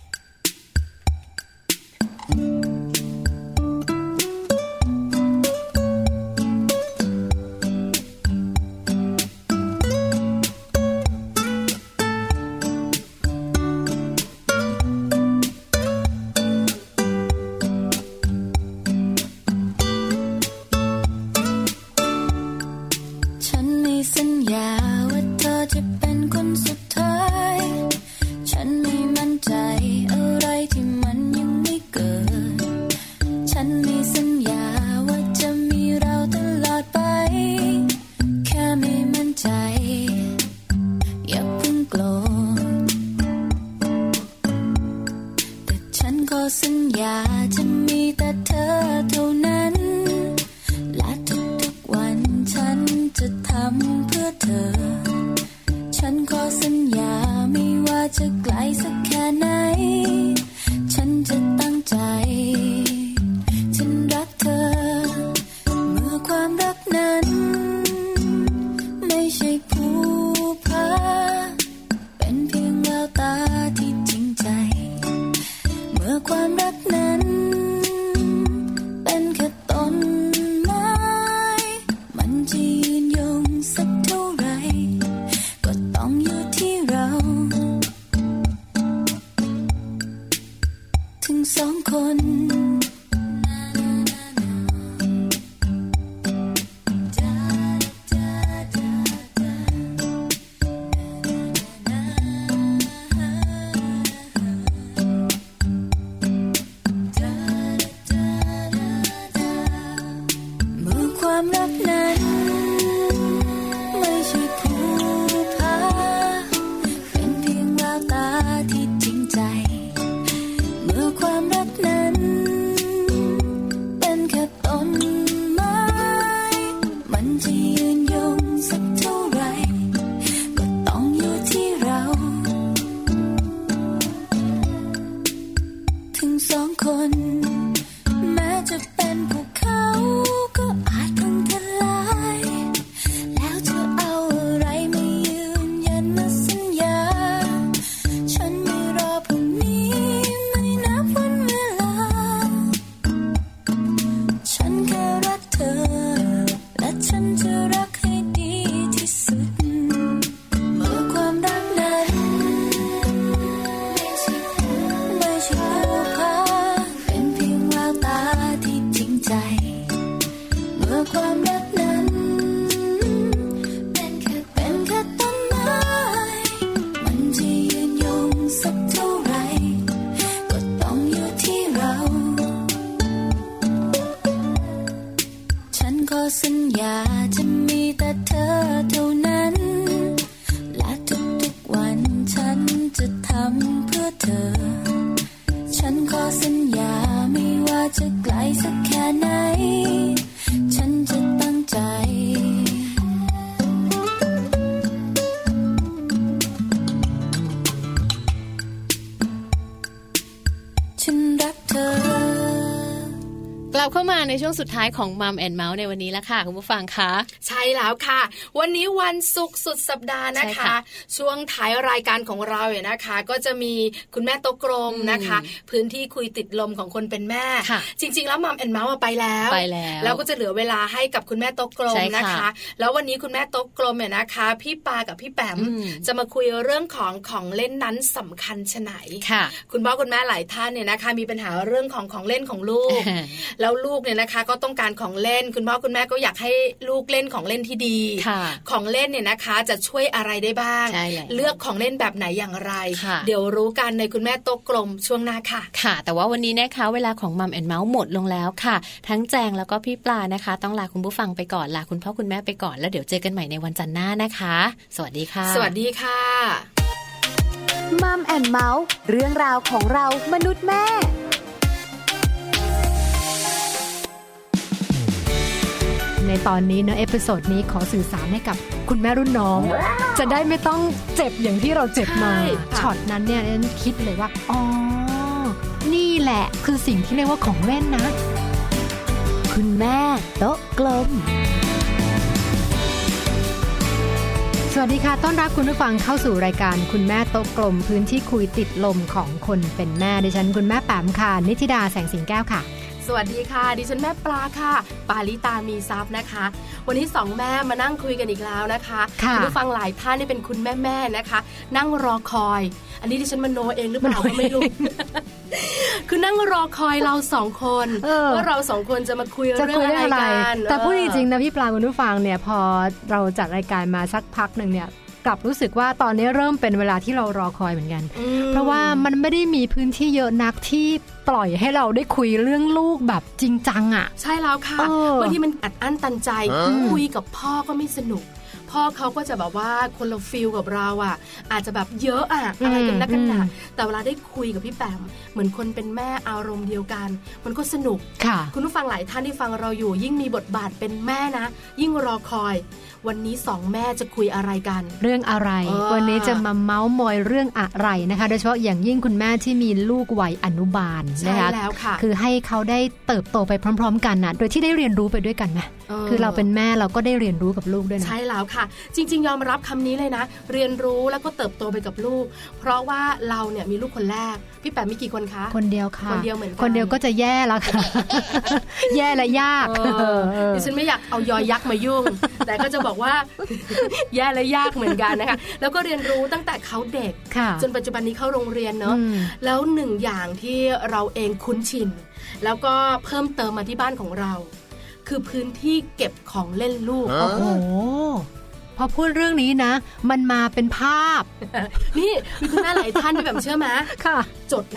สัญญาว่าเธอจะเป็นคนสุดท้ายฉันไม่มั่นใจตาที่จริงใจเมื่อความรักนั้นเป็นแค่ต้นไม้มันจะยืนยงสักเท่าไรก็ต้องอยู่ที่เราถึงสองคนแม้จะเป็นภูเขาก็อาจพังทลายแล้วจะเอาอะไรมายืนยันมาสัญญาฉันไม่รอพรุ่งนี้ไม่นับวันเวลาฉันแค่รักเธอและฉันจะรักให้ดีที่สุดเมื่อความรักนั้นไม่ใช่ผู้พาเป็นเพียงแววตาที่จริงใจเมื่อความรักนั้นเป็นแค่ต้นไม้มันจะยืนยงสักเท่าไรก็ต้องอยู่ที่เราฉันขอสัญญาจะมีแต่เธอเท่านั้นและทุกๆวันฉันจะทำเพื่อเธอฉันขอสัญญาไม่ว่าจะไกลสักแค่ไหนฉันจะตั้งใจฉันรักเธอกลับเข้ามาในช่วงสุดท้ายของมัมแอนด์เมาส์ในวันนี้แล้วค่ะคุณผู้ฟังคะใช่แล้วค่ะวันนี้วันศุกร์สุดสัปดาห์นะคะช่วงท้ายรายการของเราเนี่ยนะคะก็จะมีคุณแม่โต๊ะกลมนะคะพื้นที่คุยติดลมของคนเป็นแม่จริงๆแล้วมัมแอนด์เมาส์ไปแล้วก็จะเหลือเวลาให้กับคุณแม่โต๊ะกลมนะคะแล้ววันนี้คุณแม่โต๊ะกลมเนี่ยนะคะพี่ปากับพี่แปมจะมาคุยเรื่องของเล่นนั้นสำคัญชะไหนคุณพ่อคุณแม่หลายท่านเนี่ยนะคะมีปัญหาเรื่องของเล่นของลูกแล้วลูกเนี่ยนะคะก็ต้องการของเล่นคุณพ่อคุณแม่ก็อยากให้ลูกเล่นของเล่นที่ดีของเล่นเนี่ยนะคะจะช่วยอะไรได้บ้างเลือกของเล่นแบบไหนอย่างไรเดี๋ยวรู้กันในคุณแม่โต๊ะกลมช่วงหน้าค่ะค่ะแต่ว่าวันนี้นะคะเวลาของมัมแอนด์เมาส์หมดลงแล้วค่ะทั้งแจงแล้วก็พี่ปลานะคะต้องลาคุณผู้ฟังไปก่อนลาคุณพ่อคุณแม่ไปก่อนแล้วเดี๋ยวเจอกันใหม่ในวันจันทร์หน้านะคะสวัสดีค่ะสวัสดีค่ะมัมแอนด์เมาส์เรื่องราวของเรามนุษย์แม่ในตอนนี้นะเอพิโซดนี้ขอสื่อสารให้กับคุณแม่รุ่นน้องจะได้ไม่ต้องเจ็บอย่างที่เราเจ็บมาช็อตนั้นเนี่ยฉันคิดเลยว่าอ๋อนี่แหละคือสิ่งที่เรียกว่าของเล่นนะคุณแม่โต๊ะกลมสวัสดีค่ะต้อนรับคุณผู้ฟังเข้าสู่รายการคุณแม่โต๊ะกลมพื้นที่คุยติดลมของคนเป็นแม่ดิฉันคุณแม่แปมค่ะนิธิดาแสงสิงแก้วค่ะสวัสดีค่ะดิฉันแม่ปลาค่ะปาลิตามีทรัพย์นะคะวันนี้2แม่มานั่งคุยกันอีกแล้วนะคะคุณผู้ฟังหลายท่านนี่เป็นคุณแม่ๆนะคะนั่งรอคอยอันนี้ดิฉันมโนเองหรือเปล่าก็ไม่รู้ คือนั่งรอคอยเรา2คนว่าเรา2คนจะมาคุยเรื่องอะไรกันแต่พูดจริงๆนะพี่ปลาคุณผู้ฟังเนี่ยพอเราจัดรายการมาสักพักนึงเนี่ยกลับรู้สึกว่าตอนนี้เริ่มเป็นเวลาที่เรารอคอยเหมือนกันเพราะว่ามันไม่ได้มีพื้นที่เยอะนักที่ปล่อยให้เราได้คุยเรื่องลูกแบบจริงจังอ่ะใช่แล้วค่ะบางทีมันอัดอั้นตันใจคุยกับพ่อก็ไม่สนุกพ่อเขาก็จะแบบว่าคนละฟีลกับเราอ่ะอาจจะแบบเยอะอะอะไรกันนักกันหนาแต่เวลาได้คุยกับพี่แปมเหมือนคนเป็นแม่อารมณ์เดียวกันมันก็สนุกคุณผู้ฟังหลายท่านที่ฟังเราอยู่ยิ่งมีบทบาทเป็นแม่นะยิ่งรอคอยวันนี้2แม่จะคุยอะไรกันเรื่องอะไรวันนี้จะมาเม้ามอยเรื่องอะไรนะคะโดยเฉพาะอย่างยิ่งคุณแม่ที่มีลูกวัยอนุบาลนะคะคือให้เขาได้เติบโตไปพร้อมๆกันนะโดยที่ได้เรียนรู้ไปด้วยกันไหมคือเราเป็นแม่เราก็ได้เรียนรู้กับลูกด้วยนะใช่แล้วค่ะจริงๆยอมรับคำนี้เลยนะเรียนรู้แล้วก็เติบโตไปกับลูกเพราะว่าเราเนี่ยมีลูกคนแรกพี่แปมมีกี่คนคะคนเดียวค่ะคนเดียวเหมือนกันคนเดียวก็จะแย่แล้วค่ะ แย่และยากดิฉันไม่อยากเอายอยักษ์มายุ่ง แต่ก็จะบอกว่า แย่และยากเหมือนกันนะคะแล้วก็เรียนรู้ตั้งแต่เขาเด็กจนปัจจุบันนี้เข้าโรงเรียนเนาะแล้วหนึ่งอย่างที่เราเองคุ้นชินแล้วก็เพิ่มเติมมาที่บ้านของเราคือพื้นที่เก็บของเล่นลูกโอ้โหพอพูดเรื่องนี้นะมันมาเป็นภาพนี่มีคุณแม่หลายท่านที่แบบเชื่อไหมค่ะจดละ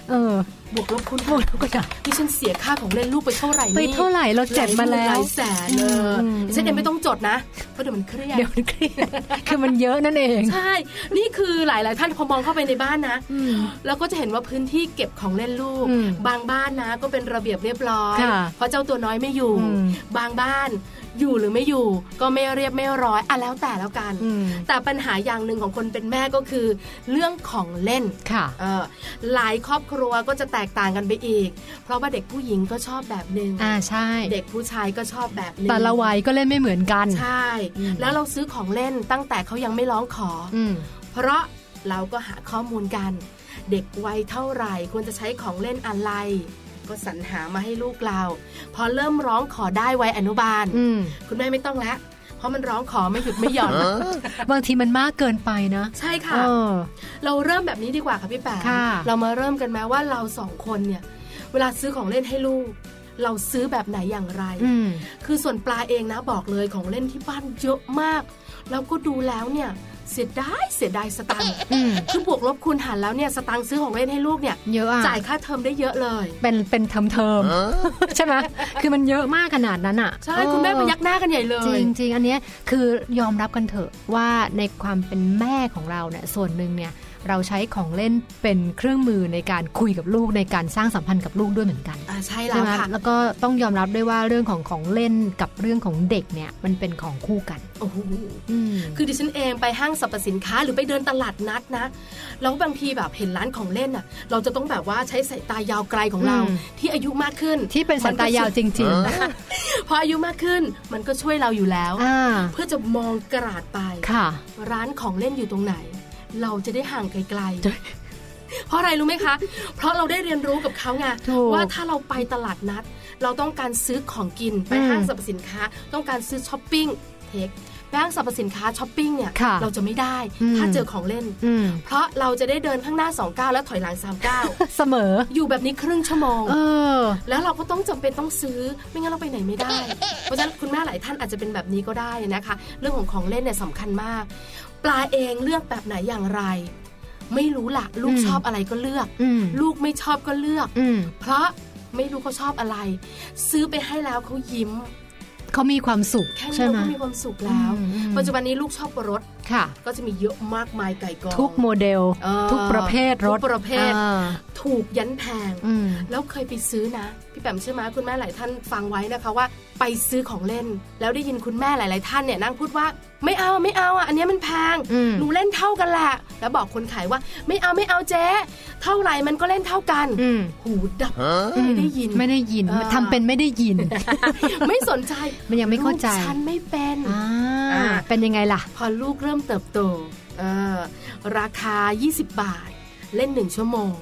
บวกลบคูณหารก็ได้ที่ฉันเสียค่าของเล่นลูกไปเท่าไหร่นี่ไปเท่าไหร่เราเจ็บมาแล้วหลายแสนเลยฉันเองไม่ต้องจดนะเพราะเดี๋ยวมันเครียดคือมันเยอะนั่นเองใช่นี่คือหลายท่านพอมองเข้าไปในบ้านนะแล้วก็จะเห็นว่าพื้นที่เก็บของเล่นลูกบางบ้านนะก็เป็นระเบียบเรียบร้อยเพราะเจ้าตัวน้อยไม่อยู่บางบ้านอยู่หรือไม่อยู่ก็ไม่เรียบไม่ร้อยแล้วแต่แล้วกันแต่ปัญหาอย่างหนึ่งของคนเป็นแม่ก็คือเรื่องของเล่นหลายครอบครัวก็จะแตกต่างกันไปอีกเพราะว่าเด็กผู้หญิงก็ชอบแบบนึงใช่เด็กผู้ชายก็ชอบแบบนึงแต่ละวัยก็เล่นไม่เหมือนกันใช่แล้วเราซื้อของเล่นตั้งแต่เขายังไม่ร้องขอเพราะเราก็หาข้อมูลกันเด็กวัยเท่าไหร่ควรจะใช้ของเล่นอะไรก็สรรหามาให้ลูกเราพอเริ่มร้องขอได้วัยอนุบาลคุณแม่ไม่ต้องแล้วเพราะมันร้องขอไม่หยุดไม่หย่อนบางทีมันมากเกินไปนะใช่ค่ะเราเริ่มแบบนี้ดีกว่าค่ะพี่แป๋วเรามาเริ่มกันไหมว่าเราสองคนเนี่ยเวลาซื้อของเล่นให้ลูกเราซื้อแบบไหนอย่างไรคือส่วนปลาเองนะบอกเลยของเล่นที่บ้านเยอะมากแล้วก็ดูแล้วเนี่ยเสียดายสตังค์คือบวกลบคูณหารแล้วเนี่ยสตังค์ซื้อของเล่นให้ลูกเนี่ยเยอะจ่ายค่าเทอมได้เยอะเลยเป็นเทอมใช่ไหมคือมันเยอะมากขนาดนั้นอ่ะใช่คุณแม่พยักหน้ากันใหญ่เลยจริงอันนี้คือยอมรับกันเถอะว่าในความเป็นแม่ของเราเนี่ยส่วนหนึ่งเนี่ยเราใช้ของเล่นเป็นเครื่องมือในการคุยกับลูกในการสร้างสัมพันธ์กับลูกด้วยเหมือนกันใช่แล้วค่ะแล้วก็ต้องยอมรับด้วยว่าเรื่องของเล่นกับเรื่องของเด็กเนี่ยมันเป็นของคู่กันโอ้โหคือดิฉันเองไปห้างสรรพสินค้าหรือไปเดินตลาดนัดนะแล้วบางทีแบบเห็นร้านของเล่นอ่ะเราจะต้องแบบว่าใช้สายตายาวไกลของเราที่อายุมากขึ้นที่เป็นสายตายาวจริงๆพออายุมากขึ้นมันก็ช่วยเราอยู่แล้วเพื่อจะมองกราดไปร้านของเล่นอยู่ตรงไหนเราจะได้ห่างไกลๆเพราะอะไรรู้ไหมคะเพราะเราได้เรียนรู้กับเขาไงว่าถ้าเราไปตลาดนัดเราต้องการซื้อของกินไปห้างสรรพสินค้าต้องการซื้อช้อปปิ้งเทคห้างสรรพสินค้าช้อปปิ้งเนี่ยเราจะไม่ได้ถ้าเจอของเล่นเพราะเราจะได้เดินข้างหน้า2 ก้าวแล้วถอยหลัง3 ก้าวเสมออยู่แบบนี้ครึ่งชั่วโมงแล้วเราก็ต้องจำเป็นต้องซื้อไม่งั้นเราไปไหนไม่ได้เพราะฉะนั้นคุณแม่หลายท่านอาจจะเป็นแบบนี้ก็ได้นะคะเรื่องของเล่นเนี่ยสำคัญมากปลาเองเลือกแบบไหนอย่างไรไม่รู้ล่ะลูกชอบอะไรก็เลือกลูกไม่ชอบก็เลือกเพราะไม่รู้เขาชอบอะไรซื้อไปให้แล้วเขายิ้มเขามีความสุขใช่ไหมเขามีความสุขแล้วปัจจุบันนี้ลูกชอบรถก็จะมีเยอะมากมายไก่กองทุกโมเดลทุกประเภทรถทุกประเภทถูกยันแพงแล้วเคยไปซื้อนะพี่แปมเชื่อไหมคุณแม่หลายท่านฟังไว้นะคะว่าไปซื้อของเล่นแล้วได้ยินคุณแม่หลายๆท่านเนี่ยนั่งพูดว่าไม่เอาอ่ะอันนี้มันแพงหนูเล่นเท่ากันแหละแล้วบอกคนขายว่าไม่เอาเจ๊เท่าไหร่มันก็เล่นเท่ากันหูดับไม่ได้ยินทำเป็นไม่ได้ยินไม่สนใจมันยังไม่เข้าใจฉันไม่เป็นเป็นยังไงล่ะพอลูกเริ่มเติบโตราคา20 บาทเล่น1 ชั่วโมง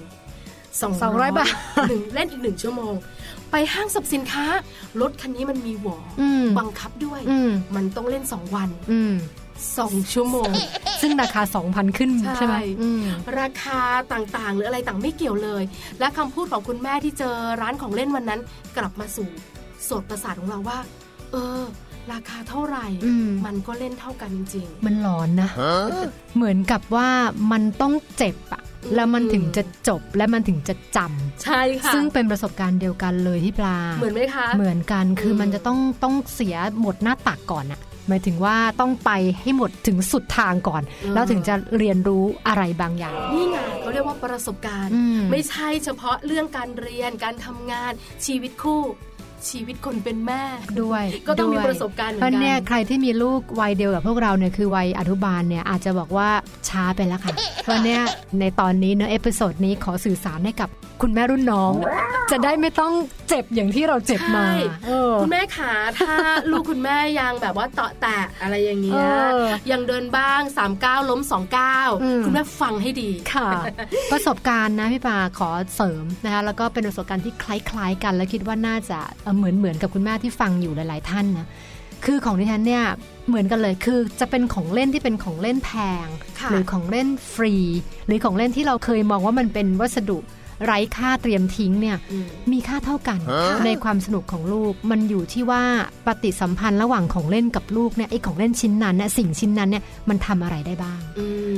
200 บาทเล่นอีก1 ชั่วโมงไปห้างสรรพสินค้ารถคันนี้มันมีหวอบังคับด้วยมันต้องเล่น2 วัน2 ชั่วโมงซึ่งราคา 2,000 ขึ้นใช่ไหมราคาต่างๆหรืออะไรต่างไม่เกี่ยวเลยและคำพูดของคุณแม่ที่เจอร้านของเล่นวันนั้นกลับมาสู่โสตประสาทของเราว่าราคาเท่าไหร่มันก็เล่นเท่ากันจริงมันหลอนนะเหมือนกับว่ามันต้องเจ็บอะแล้วมันถึงจะจบและมันถึงจะจำใช่ค่ะซึ่งเป็นประสบการณ์เดียวกันเลยที่ปลาเหมือนไหมคะเหมือนกันคือมันจะต้องเสียหมดหน้าตักก่อนอะหมายถึงว่าต้องไปให้หมดถึงสุดทางก่อนแล้วถึงจะเรียนรู้อะไรบางอย่างนี่ไงเขาเรียกว่าประสบการณ์ไม่ใช่เฉพาะเรื่องการเรียนการทำงานชีวิตคู่ชีวิตคนเป็นแม่ด้วยก็ต้องมีประสบการณ์เหมือนกันเพราะเนี่ยใครที่มีลูกวัยเดียวกับพวกเราเนี่ยคือวัยอนุบาลเนี่ยอาจจะบอกว่าช้าไปแล้วค่ะเพราะเนี่ยในตอนนี้เนอะเอพิโซดนี้ขอสื่อสารให้กับคุณแม่รุ่นน้องจะได้ไม่ต้องเจ็บอย่างที่เราเจ็บมาคุณแม่ขาถ้าลูกคุณแม่ยังแบบว่าเตาะแตะอะไรอย่างเงี้ยยังเดินบ้าง3 ก้าวล้ม2 ก้าวคุณแม่ฟังให้ดีค่ะประสบการณ์นะพี่ปาขอเสริมนะคะแล้วก็เป็นประสบการณ์ที่คล้ายๆกันและคิดว่าน่าจะเหมือนกับคุณแม่ที่ฟังอยู่หลายๆท่านนะคือของดิฉันเนี่ยเหมือนกันเลยคือจะเป็นของเล่นที่เป็นของเล่นแพงหรือของเล่นฟรีหรือของเล่นที่เราเคยมองว่ามันเป็นวัสดุไร้ค่าเตรียมทิ้งเนี่ยมีค่าเท่ากันในความสนุกของลูกมันอยู่ที่ว่าปฏิสัมพันธ์ระหว่างของเล่นกับลูกเนี่ยไอ้ของเล่นชิ้นนั้นเนี่ยสิ่งชิ้นนั้นเนี่ยมันทำอะไรได้บ้าง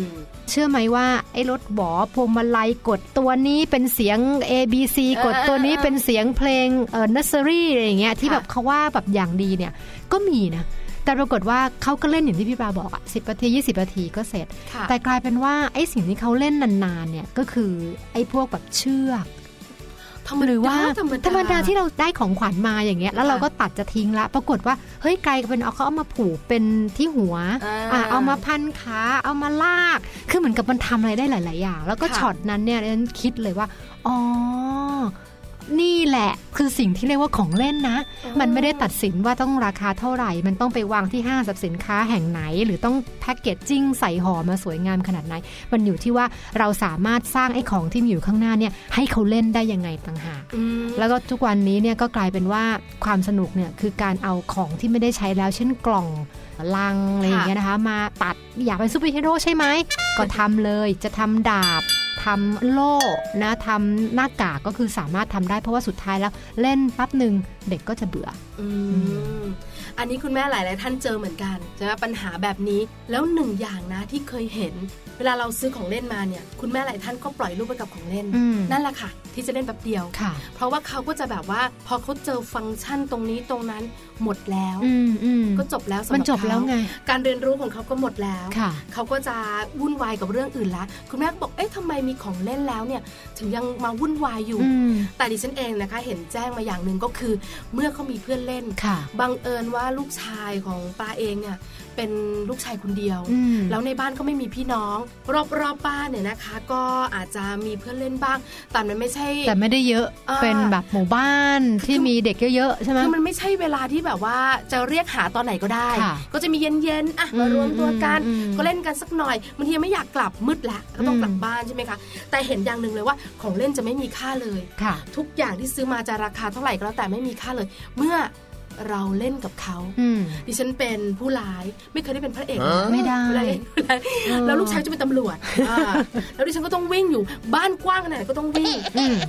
เชื่อไหมว่าไอ้รถบอพวงมาลัยกดตัวนี้เป็นเสียง ABC กดตัวนี้เป็นเสียงเพลงnursery อะไรอย่างเงี้ยที่แบบเขาว่าแบบอย่างดีเนี่ยก็มีนะแต่ปรากฏว่าเขาก็เล่นอย่างที่พี่ปลาบอกอ่ะ10 นาที 20 นาทีก็เสร็จแต่กลายเป็นว่าไอ้สิ่งที่เขาเล่นนานๆเนี่ยก็คือไอ้พวกแบบเชือกหรือว่าธรรมดาที่เราได้ของขวัญมาอย่างเงี้ยแล้วเราก็ตัดจะทิ้งละปรากฏว่าเฮ้ยกลายเป็นเขาเอามาผูกเป็นที่หัวเอามาพันขาเอามาลากคือเหมือนกับมันทำอะไรได้หลายๆอย่างแล้วก็ช็อตนั้นเนี่ยฉันคิดเลยว่าอ๋อนี่แหละคือสิ่งที่เรียกว่าของเล่นนะมันไม่ได้ตัดสินว่าต้องราคาเท่าไหร่มันต้องไปวางที่ห้างสรรพสินค้าแห่งไหนหรือต้องแพ็คเกจจิ้งใส่ห่อมาสวยงามขนาดไหนมันอยู่ที่ว่าเราสามารถสร้างไอ้ของที่มีอยู่ข้างหน้าเนี่ยให้เขาเล่นได้ยังไงต่างหากแล้วก็ทุกวันนี้เนี่ยก็กลายเป็นว่าความสนุกเนี่ยคือการเอาของที่ไม่ได้ใช้แล้วเช่นกล่องลังอะไรอย่างเงี้ยนะคะมาตัดอยากเป็นซูเปอร์ฮีโร่ใช่ไหมก็ทำเลยจะทำดาบทำโล่นะทำหน้ากากก็คือสามารถทำได้เพราะว่าสุดท้ายแล้วเล่นปั๊บหนึ่งเด็กก็จะเบื่ออันนี้คุณแม่หลายๆท่านเจอเหมือนกันใช่ไหมปัญหาแบบนี้แล้วหนึ่งอย่างนะที่เคยเห็นเวลาเราซื้อของเล่นมาเนี่ยคุณแม่หลายท่านก็ปล่อยลูกไปกับของเล่นนั่นแหละค่ะที่จะเล่นแบบเดียวเพราะว่าเขาก็จะแบบว่าพอเขาเจอฟังก์ชันตรงนี้ตรงนั้นหมดแล้วก็จบแล้วสำหรับเขามันจบแล้วไงการเรียนรู้ของเขาก็หมดแล้วเขาก็จะวุ่นวายกับเรื่องอื่นละคุณแม่บอกเอ๊ะทำไมมีของเล่นแล้วเนี่ยถึงยังมาวุ่นวายอยู่แต่ดิฉันเองนะคะเห็นแจ้งมาอย่างนึงก็คือเมื่อเขามีเพื่อนเล่นบังเอิญว่าลูกชายของป้าเองเนี่ยเป็นลูกชายคนเดียวแล้วในบ้านก็ไม่มีพี่น้องรอบบ้านเนี่ยนะคะก็อาจจะมีเพื่อนเล่นบ้างแต่มันไม่ใช่แต่ไม่ได้เยอะเป็นแบบหมู่บ้านที่มีเด็กเยอะๆใช่ไหมคือมันไม่ใช่เวลาที่แบบว่าจะเรียกหาตอนไหนก็ได้ก็จะมีเย็นๆอ่ะมารวมตัวกันก็เล่นกันสักหน่อยบางทีไม่อยากกลับมืดแล้วก็ต้องกลับบ้านใช่ไหมคะแต่เห็นอย่างนึงเลยว่าของเล่นจะไม่มีค่าเลยทุกอย่างที่ซื้อมาจะราคาเท่าไหร่ก็แล้วแต่ไม่มีค่าเลยเมื่อเราเล่นกับเขาดิฉันเป็นผู้ร้ายไม่เคยได้เป็นพระเอกไม่ได้แล้วลูกชายจะเป็นตำรวจแล้วดิฉันก็ต้องวิ่งอยู่บ้านกว้างขนาดก็ต้องวิ่ง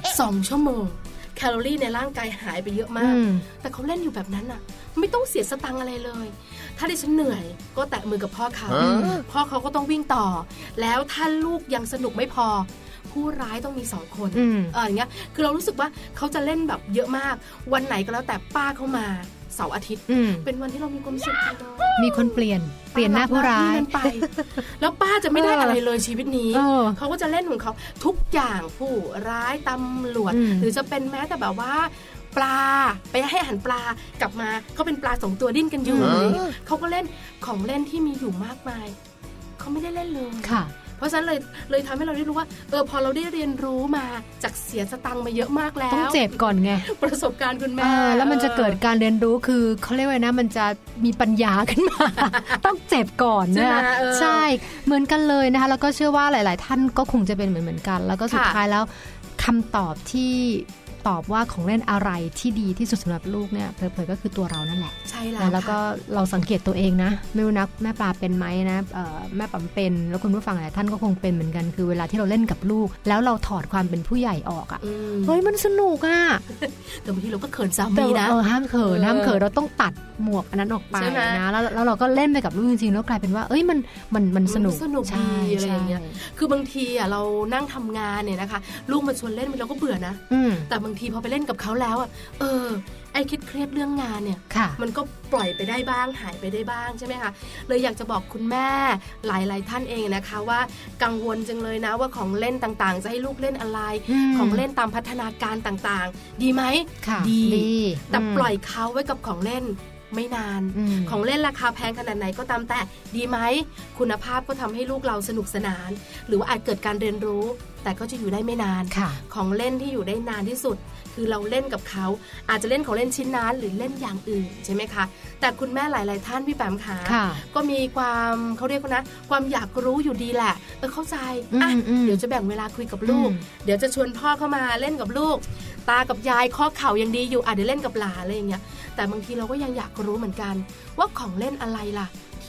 2 ชั่วโมงแคลอรี่ในร่างกายหายไปเยอะมากแต่เขาเล่นอยู่แบบนั้นอ่ะไม่ต้องเสียสตังค์อะไรเลยถ้าดิฉันเหนื่อยก็แตะมือกับพ่อเขาก็ต้องวิ่งต่อแล้วถ้าลูกยังสนุกไม่พอผู้ร้ายต้องมี2 คนอย่างเงี้ยคือเรารู้สึกว่าเขาจะเล่นแบบเยอะมากวันไหนก็แล้วแต่ป้าเข้ามาเสาร์อาทิตย์เป็นวันที่เรามีความสุขมีคนเปลี่ยนหน้าผู้ร้ายไปแล้วป้าจะไม่ได้อะไรเลยชีวิตนี้เขาก็จะเล่นของเขาทุกอย่างผู้ร้ายตำรวจหรือจะเป็นแม้แต่แบบว่าปลาไปให้อาหารปลากลับมาเขาเป็นปลา2 ตัวดิ้นกันอยู่เขาก็เล่นของเล่นที่มีอยู่มากมายเขาไม่ได้เล่นเลยเพราะฉะนั้นเลยทำให้เราได้รู้ว่าพอเราได้เรียนรู้มาจากเสียสตังค์มาเยอะมากแล้วต้องเจ็บก่อนไงประสบการณ์คุณแม่แล้วมันจะเกิดการเรียนรู้คือเขาเรียกว่านะมันจะมีปัญญาขึ้นมา ต้องเจ็บก่อนนะใช่เหมือนกันเลยนะคะแล้วก็เชื่อว่าหลายๆท่านก็คงจะเป็นเหมือนกันแล้วก็สุดท้ายแล้วคำตอบที่ตอบว่าของเล่นอะไรที่ดีที่สุดสำหรับลูกเนี่ยเผยๆก็คือตัวเรานั่นแหละใช่แล้วก็เราสังเกตตัวเองนะไม่รู้นะแม่ปลาเป็นไหมนะแม่ปั๊มเป็นแล้วคุณผู้ฟังหลายท่านก็คงเป็นเหมือนกันคือเวลาที่เราเล่นกับลูกแล้วเราถอดความเป็นผู้ใหญ่ออกอ่ะเฮ้ยมันสนุกอ่ะแต่บางทีเราก็เขินสามีนะห้ามเขินเราต้องตัดหมวกอันนั้นออกไปนะแล้วเราก็เล่นไปกับลูกจริงๆแล้วกลายเป็นว่าเอ้ยมันสนุกดีอะไรอย่างเงี้ยคือบางทีอ่ะเรานั่งทำงานเนี่ยนะคะลูกมาชวนเล่นเราก็เบื่อนะแต่บางทีพอไปเล่นกับเขาแล้วอ่ะไอ้คิดเครียดเรื่องงานเนี่ยมันก็ปล่อยไปได้บ้างหายไปได้บ้างใช่ไหมคะเลยอยากจะบอกคุณแม่หลายๆท่านเองนะคะว่ากังวลจังเลยนะว่าของเล่นต่างๆจะให้ลูกเล่นอะไรของเล่นตามพัฒนาการต่างๆดีไหมดีแต่ปล่อยเขาไว้กับของเล่นไม่นานของเล่นราคาแพงขนาดไหนก็ตามแต่ดีไหมคุณภาพก็ทำให้ลูกเราสนุกสนานหรือว่าอาจเกิดการเรียนรู้แต่ก็จะอยู่ได้ไม่นานของเล่นที่อยู่ได้นานที่สุดคือเราเล่นกับเขาอาจจะเล่นของเล่นชิ้นนั้นหรือเล่นอย่างอื่นใช่ไหมคะแต่คุณแม่หลายๆท่านพี่แปมขาก็มีความเขาเรียกว่านะความอยากรู้อยู่ดีแหละเข้าใจเดี๋ยวจะแบ่งเวลาคุยกับลูกเดี๋ยวจะชวนพ่อเข้ามาเล่นกับลูกตากับยายข้อเข่ายังดีอยู่เดี๋ยวเล่นกับหลานอะไรอย่างเงี้ยแต่บางทีเราก็ยังอยากรู้เหมือนกันว่าของเล่นอะไรล่ะที่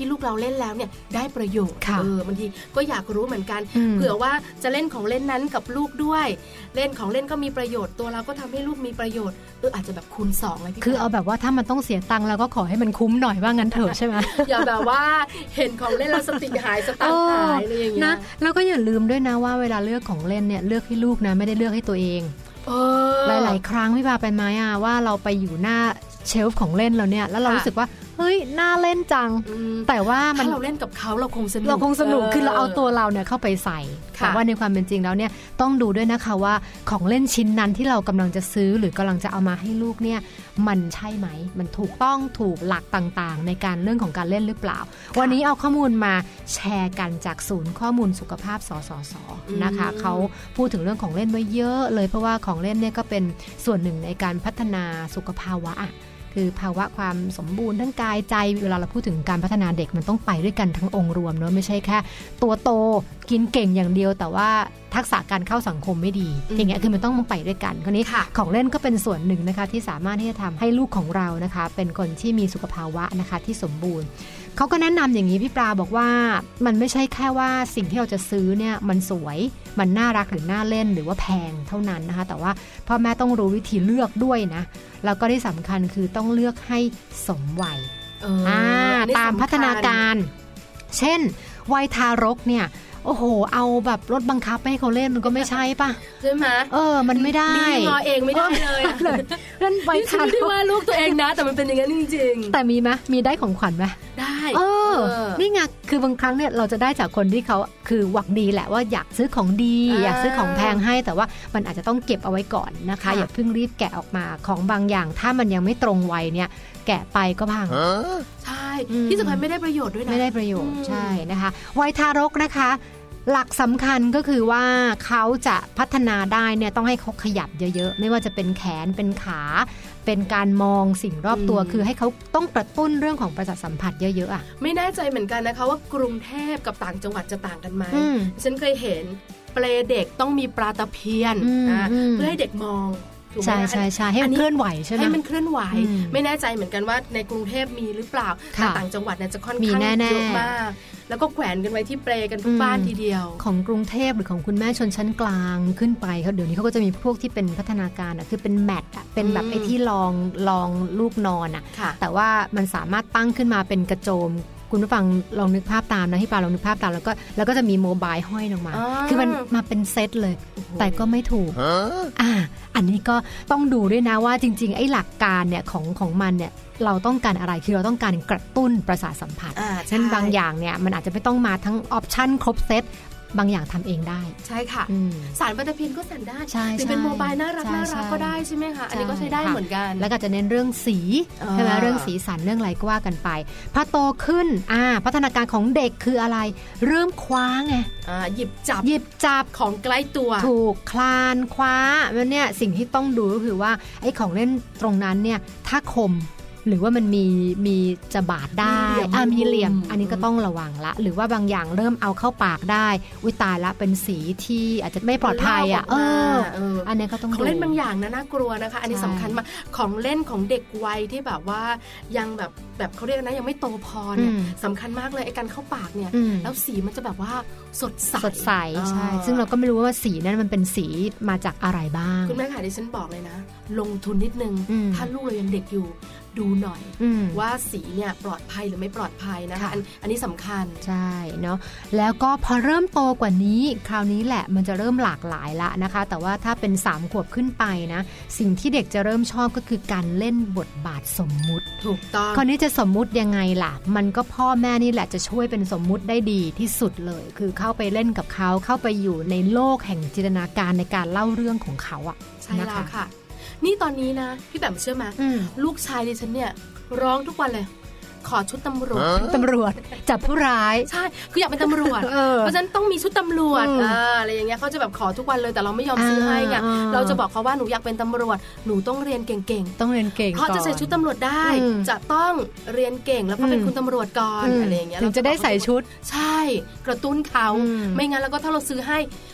ที่ลูกเราเล่นแล้วเนี่ยได้ประโยชน์บางทีก็อยากรู้เหมือนกันเผื่อว่าจะเล่นของเล่นนั้นกับลูกด้วยเล่นของเล่นก็มีประโยชน์ตัวเราก็ทำให้ลูกมีประโยชน์อาจจะแบบคูณ2เลยพี่คือเอาแบบว่าถ้ามันต้องเสียตังค์แล้วก็ขอให้มันคุ้มหน่อยว่างั้นเถอะใช่ไหมอย่าแบบว่าเห็นของเล่นแล้วสติหายสตางค์หายอะไรอย่างเงี้ยนะแล้วก็อย่าลืมด้วยนะว่าเวลาเลือกของเล่นเนี่ยเลือกให้ลูกนะไม่ได้เลือกให้ตัวเองหลายๆครั้งพี่ปาเป็นไหมว่าเราไปอยู่หน้าเชลฟ์ของเล่นเราเนี่ยแล้วเรารู้สึกว่าเฮ้ยน่าเล่นจังแต่ว่าถ้าเราเล่นกับเขาเราคงสนุกคือเราเอาตัวเราเนี่ยเข้าไปใส่แต่ว่าในความเป็นจริงแล้วเนี่ยต้องดูด้วยนะคะว่าของเล่นชิ้นนั้นที่เรากำลังจะซื้อหรือกำลังจะเอามาให้ลูกเนี่ยมันใช่ไหมมันถูกต้องถูกหลักต่างๆในการเรื่องของการเล่นหรือเปล่าวันนี้เอาข้อมูลมาแชร์กันจากศูนย์ข้อมูลสุขภาพสสส.นะคะเขาพูดถึงเรื่องของเล่นไว้เยอะเลยเพราะว่าของเล่นเนี่ยก็เป็นส่วนหนึ่งในการพัฒนาสุขภาวะคือภาวะความสมบูรณ์ทั้งกายใจเวลาเราพูดถึงการพัฒนาเด็กมันต้องไปด้วยกันทั้งองค์รวมเนอะไม่ใช่แค่ตัวโตกินเก่งอย่างเดียวแต่ว่าทักษะการเข้าสังคมไม่ดีอย่างเงี้ยคือมันต้องไปด้วยกันคราวนี้ของเล่นก็เป็นส่วนหนึ่งนะคะที่สามารถที่จะทำให้ลูกของเรานะคะเป็นคนที่มีสุขภาวะนะคะที่สมบูรณ์เขาก็แนะนำอย่างนี้พี่ปลาบอกว่ามันไม่ใช่แค่ว่าสิ่งที่เราจะซื้อเนี่ยมันสวยมันน่ารักหรือน่าเล่นหรือว่าแพงเท่านั้นนะคะแต่ว่าพ่อแม่ต้องรู้วิธีเลือกด้วยนะแล้วก็ที่สำคัญคือต้องเลือกให้สมวัยตามพัฒนาการเช่นวัยทารกเนี่ยโอ้โหเอาแบบรถบังคับให้เขาเล่นมันก็ไม่ใช่ป่ะใช่ไหมมันไม่ได้งอเองไม่ได้เลยเล่นวัยทารกไม่ได้ว่าลูกตัวเองนะแต่มันเป็นอย่างนั้นจริงๆแต่มีไหมมีได้ของขวัญไหมได้นี่ไงคือบางครั้งเนี่ยเราจะได้จากคนที่เขาคือหวังดีแหละว่าอยากซื้อของดีอยากซื้อของแพงให้แต่ว่ามันอาจจะต้องเก็บเอาไว้ก่อนนะคะอย่าเพิ่งรีบแกะออกมาของบางอย่างถ้ามันยังไม่ตรงวัยเนี่ยแกะไปก็พังใช่ที่สำคัญไม่ได้ประโยชน์ด้วยนะไม่ได้ประโยชน์ใช่นะคะวัยทารกนะคะหลักสำคัญก็คือว่าเขาจะพัฒนาได้เนี่ยต้องให้เขาขยับเยอะๆไม่ว่าจะเป็นแขนเป็นขาเป็นการมองสิ่งรอบตัวคือให้เขาต้องกระตุ้นเรื่องของประสาทสัมผัสเยอะๆไม่แน่ใจเหมือนกันนะคะว่ากรุงเทพกับต่างจังหวัดจะต่างกันไหมฉันเคยเห็นเปลเด็กต้องมีปลาตะเพียนเพื่อให้เด็กมองใช่ใช่ใช่ให้มันเคลื่อนไหวใช่ไหมให้มันเคลื่อนไหวไม่แน่ใจเหมือนกันว่าในกรุงเทพมีหรือเปล่าแต่ต่างจังหวัดเนี่ยจะค่อนข้างเยอะมากแล้วก็แขวนกันไว้ที่เปลกันทุกบ้านทีเดียวของกรุงเทพหรือของคุณแม่ชนชั้นกลางขึ้นไปเขาเดี๋ยวนี้เขาก็จะมีพวกที่เป็นพัฒนาการคือเป็นแมทเป็นแบบไอ้ที่รองลูกนอนแต่ว่ามันสามารถตั้งขึ้นมาเป็นกระโจมคุณผู้ฟังลองนึกภาพตามนะที่ปาลองนึกภาพตามแล้วก็จะมีโมบายห้อยลงมาคือมันมาเป็นเซตเลยแต่ก็ไม่ถูกอันนี้ก็ต้องดูด้วยนะว่าจริงๆไอ้หลักการเนี่ยของมันเนี่ยเราต้องการอะไรคือเราต้องการกระตุ้นประสาทสัมผัสฉะนั้นบางอย่างเนี่ยมันอาจจะไม่ต้องมาทั้งออปชั่นครบเซตบางอย่างทำเองได้ใช่ค่ะสารปฏิพินก็สั่นได้หรือเป็นโมบายน่ารักก็ได้ใช่ไหมคะอันนี้ก็ใช้ได้เหมือนกันแล้วก็จะเน้นเรื่องสีใช่ไหมเรื่องสีสันเรื่องอะไรก็ว่ากันไปพอโตขึ้นพัฒนาการของเด็กคืออะไรเริ่มคว้าไงหยิบจับของใกล้ตัวถูกคลานคว้าแล้วเนี่ยสิ่งที่ต้องดูก็คือว่าไอ้ของเล่นตรงนั้นเนี่ยถ้าคมหรือว่ามันมีจะบาดได้มีเหลี่ยมอันนี้ก็ต้องระวังละหรือว่าบางอย่างเริ่มเอาเข้าปากได้ตายละเป็นสีที่อาจจะไม่ปลอดภัยอันนี้ก็ต้องของเล่นบางอย่างน่ากลัวนะคะอันนี้สำคัญมากของเล่นของเด็กวัยที่แบบว่ายังแบบเขาเรียกนะยังไม่โตพอเนี่ยสำคัญมากเลยไอ้การเข้าปากเนี่ยแล้วสีมันจะแบบว่าสดใสใช่ซึ่งเราก็ไม่รู้ว่าสีนั้นมันเป็นสีมาจากอะไรบ้างคุณแม่ค่ะดิฉันบอกเลยนะลงทุนนิดนึงถ้าลูกเรายังเด็กอยู่ดูหน่อยว่าสีเนี่ยปลอดภัยหรือไม่ปลอดภัยนะคะอันนี้สำคัญใช่เนาะแล้วก็พอเริ่มโตกว่านี้คราวนี้แหละมันจะเริ่มหลากหลายละนะคะแต่ว่าถ้าเป็น3 ขวบขึ้นไปนะสิ่งที่เด็กจะเริ่มชอบก็คือการเล่นบทบาทสมมุติถูกต้องคราวนี้จะสมมุติยังไงล่ะมันก็พ่อแม่นี่แหละจะช่วยเป็นสมมุติได้ดีที่สุดเลยคือเข้าไปเล่นกับเขาเข้าไปอยู่ในโลกแห่งจินตนาการในการเล่าเรื่องของเขาใช่แล้วค่ะนี่ตอนนี้นะพี่แบมเชื่อไหมลูกชายดิฉันเนี่ยร้องทุกวันเลยขอชุดตำรวจจับผู้ร้ายใช่คืออยากเป็นตำรวจเพราะฉะนั้นต้องมีชุดตำรวจอะไรอย่างเงี้ยเขาจะแบบขอทุกวันเลยแต่เราไม่ยอมซื้อให้ไงเราจะบอกเขาว่าหนูอยากเป็นตำรวจหนูต้องเรียนเก่งๆต้องเรียนเก่งเพราะจะใส่ชุดตำรวจได้จะต้องเรียนเก่งแล้วก็เป็นคุณตำรวจก่อนอะไรอย่างเงี้ยถึงจะได้ใส่ชุดใช่กระตุ้นเขาไม่งั้นแล้วก็ถ้าเราซื้อให้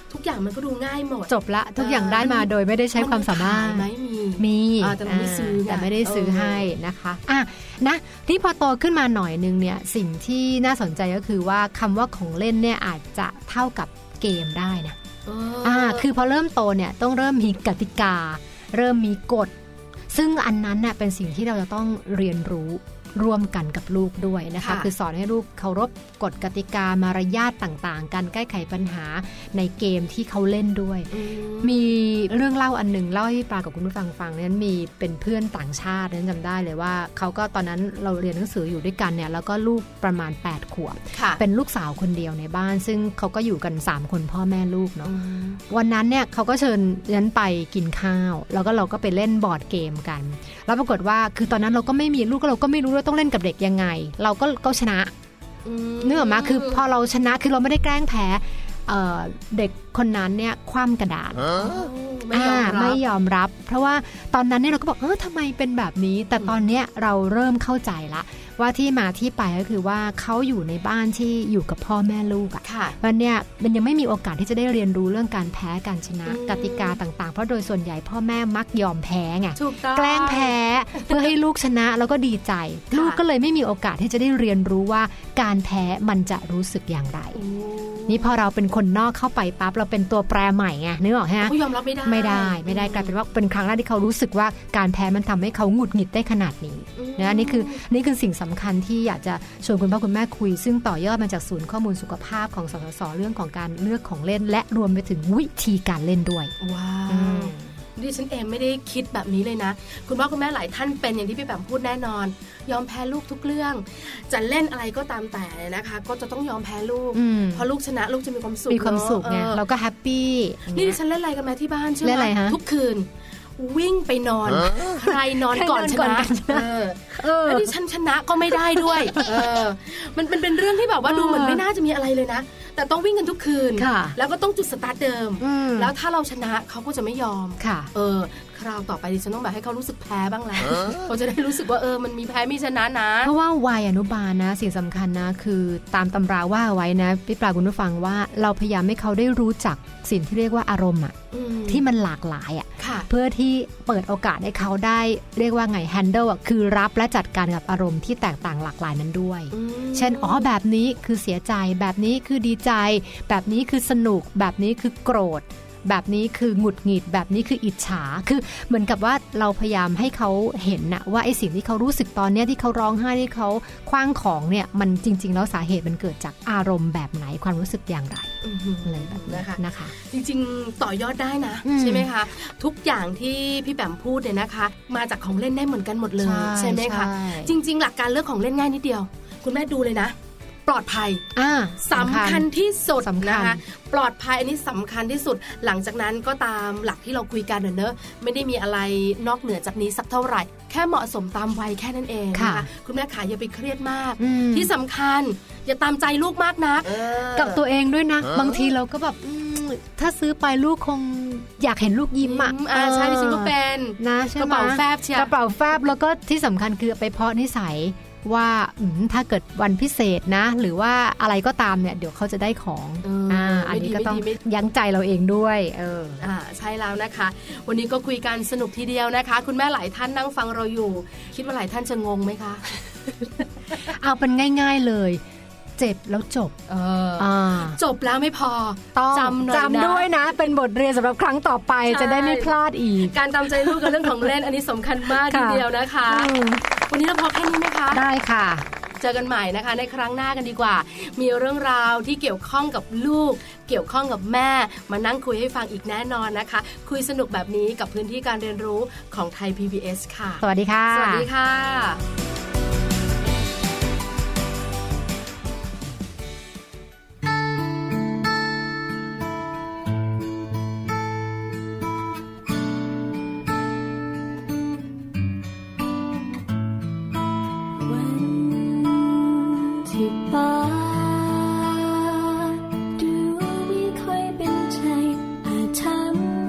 ทุกอย่างมันก็ดูง่ายหมดจบละทุกอย่างได้มาโดยไม่ได้ใช้ความสามารถมีแต่เราไม่ซื้อแต่ไม่ได้ซื้อให้นะคะนะที่พอโตขึ้นมาหน่อยนึงเนี่ยสิ่งที่น่าสนใจก็คือว่าคำว่าของเล่นเนี่ยอาจจะเท่ากับเกมได้นะคือพอเริ่มโตเนี่ยต้องเริ่มมีกติกาเริ่มมีกฎซึ่งอันนั้นน่ะเป็นสิ่งที่เราจะต้องเรียนรู้ร่วมกันกับลูกด้วยนะคะคือสอนให้ลูกเคารพกฎกติกามารยาทต่างๆการแก้ไขปัญหาในเกมที่เขาเล่นด้วยมีเรื่องเล่าอันนึงเล่าให้ปลากับคุณผู้ฟังฟังนั้นมีเป็นเพื่อนต่างชาตินั้นจำได้เลยว่าเขาก็ตอนนั้นเราเรียนหนังสืออยู่ด้วยกันเนี่ยแล้วก็ลูกประมาณ8 ขวบเป็นลูกสาวคนเดียวในบ้านซึ่งเขาก็อยู่กัน3 คนพ่อแม่ลูกเนาะวันนั้นเนี่ยเขาก็เชิญฉันไปกินข้าวแล้วก็เราก็ไปเล่นบอร์ดเกมกันแล้วปรากฏว่าคือตอนนั้นเราก็ไม่มีลูกเราก็ไม่รู้ว่าต้องเล่นกับเด็กยังไงเราก็ชนะเนื่องมาคือพอเราชนะคือเราไม่ได้แกล้งแพ้เด็กคนนั้นเนี่ยคว่ำกระดาษไม่ยอมรับเพราะว่าตอนนั้นเนี่ยเราก็บอกทำไมเป็นแบบนี้แต่ตอนเนี้ยเราเริ่มเข้าใจละว่าที่มาที่ไปก็คือว่าเขาอยู่ในบ้านที่อยู่กับพ่อแม่ลูกวันเนี้ยมันยังไม่มีโอกาสที่จะได้เรียนรู้เรื่องการแพ้การชนะกติกาต่างๆเพราะโดยส่วนใหญ่พ่อแม่มักยอมแพ้ไงแกล้งแพ้เพื่อให้ลูกชนะแล้วก็ดีใจลูกก็เลยไม่มีโอกาสที่จะได้เรียนรู้ว่าการแพ้มันจะรู้สึกอย่างไรนี่พอเราเป็นคนนอกเข้าไปปั๊บเราเป็นตัวแปรใหม่ไงนึกออกฮะยอมรับไม่ได้กลายเป็นว่าเป็นครั้งแรกที่เขารู้สึกว่าการแพ้มันทำให้เขาหงุดหงิดได้ขนาดนี้นะนี่คือสิ่งสำคัญที่อยากจะชวนคุณพ่อคุณแม่คุยซึ่งต่อยอดมาจากศูนย์ข้อมูลสุขภาพของสสส.เรื่องของการเลือกของเล่นและรวมไปถึงวิธีการเล่นด้วยว้าวดิฉันเองไม่ได้คิดแบบนี้เลยนะคุณพ่อคุณแม่หลายท่านเป็นอย่างที่พี่แปมพูดแน่นอนยอมแพ้ลูกทุกเรื่องจะเล่นอะไรก็ตามแต่นะคะก็จะต้องยอมแพ้ลูกพอลูกชนะลูกจะมีความสุขไงเราก็แฮปปี้นี่ดิฉันเล่นอะไรกันมาที่บ้านใช่ไหมทุกคืนวิ่งไปนอนใครนอนก่อนชนะแล้วดิฉันชนะก็ไม่ได้ด้วยมันเป็นเรื่องที่แบบว่าดูเหมือนไม่น่าจะมีอะไรเลยนะแต่ต้องวิ่งกันทุกคืนแล้วก็ต้องจุดสตาร์ทเดิมแล้วถ้าเราชนะเขาก็จะไม่ยอมคราวต่อไปดิฉันต้องแบบให้เขารู้สึกแพ้บ้างแล้วเขาจะได้รู้สึกว่ามันมีแพ้มีชนะนะเพราะว่าวัยอนุบาลนะสิ่งสำคัญนะคือตามตำราว่าไว้นะพี่ปลาคุณผู้ฟังว่าเราพยายามให้เขาได้รู้จักสิ่งที่เรียกว่าอารมณ์ที่มันหลากหลายเพื่อที่เปิดโอกาสให้เขาได้เรียกว่าไง handle คือรับและจัดการกับอารมณ์ที่แตกต่างหลากหลายนั้นด้วยเช่นแบบนี้คือเสียใจแบบนี้คือดีใจแบบนี้คือสนุกแบบนี้คือโกรธแบบนี้คือหงุดหงิดแบบนี้คืออิจฉาคือเหมือนกับว่าเราพยายามให้เขาเห็นนะว่าไอ้สิ่งที่เขารู้สึกตอนนี้ที่เขาร้องไห้ที่เขาคว้างของเนี่ยมันจริงๆแล้วสาเหตุมันเกิดจากอารมณ์แบบไหนความรู้สึกอย่างไรอะไรแบบนี้นะคะจริงๆต่อยอดได้นะใช่ไหมคะทุกอย่างที่พี่แปมพูดเนี่ยนะคะมาจากของเล่นได้เหมือนกันหมดเลยใช่ไหมคะจริงๆหลักการเลือกของเล่นง่ายนิดเดียวคุณแม่ดูเลยนะปลอดภัยสำคัญที่สุดนะคะปลอดภัยอันนี้สำคัญที่สุดหลังจากนั้นก็ตามหลักที่เราคุยกันเนอะไม่ได้มีอะไรนอกเหนือจากนี้สักเท่าไหร่แค่เหมาะสมตามวัยแค่นั้นเองนะคะคุณแม่ขาอย่าไปเครียดมากที่สำคัญอย่าตามใจลูกมากนักกับตัวเองด้วยนะบางทีเราก็แบบถ้าซื้อไปลูกคงอยากเห็นลูกยิ้มใช่ดิฉันก็เป็นนะกระเป๋าแฟบเชียวกระเป๋าแฟบแล้วก็ที่สำคัญคือไปเพาะนิสัยว่าถ้าเกิดวันพิเศษนะหรือว่าอะไรก็ตามเนี่ยเดี๋ยวเขาจะได้ของอันนี้ก็ต้องยั้งใจเราเองด้วยใช่แล้วนะคะวันนี้ก็คุยกันสนุกทีเดียวนะคะคุณแม่หลายท่านนั่งฟังเราอยู่คิดว่าหลายท่านจะงงไหมคะเอาเป็นง่ายๆเลยเจ็บแล้วจบจบแล้วไม่พอจำด้วยนะเป็นบทเรียนสำหรับครั้งต่อไปจะได้ไม่พลาดอีกการตามใจลูกกับเรื่องของเล่นอันนี้สำคัญมากทีเดียวนะคะวันนี้เราพอแค่นี้ไหมคะได้ค่ะเจอกันใหม่นะคะในครั้งหน้ากันดีกว่ามีเรื่องราวที่เกี่ยวข้องกับลูกเกี่ยวข้องกับแม่มานั่งคุยให้ฟังอีกแน่นอนนะคะคุยสนุกแบบนี้กับพื้นที่การเรียนรู้ของไทย PBS ค่ะสวัสดีค่ะสวัสดีค่ะ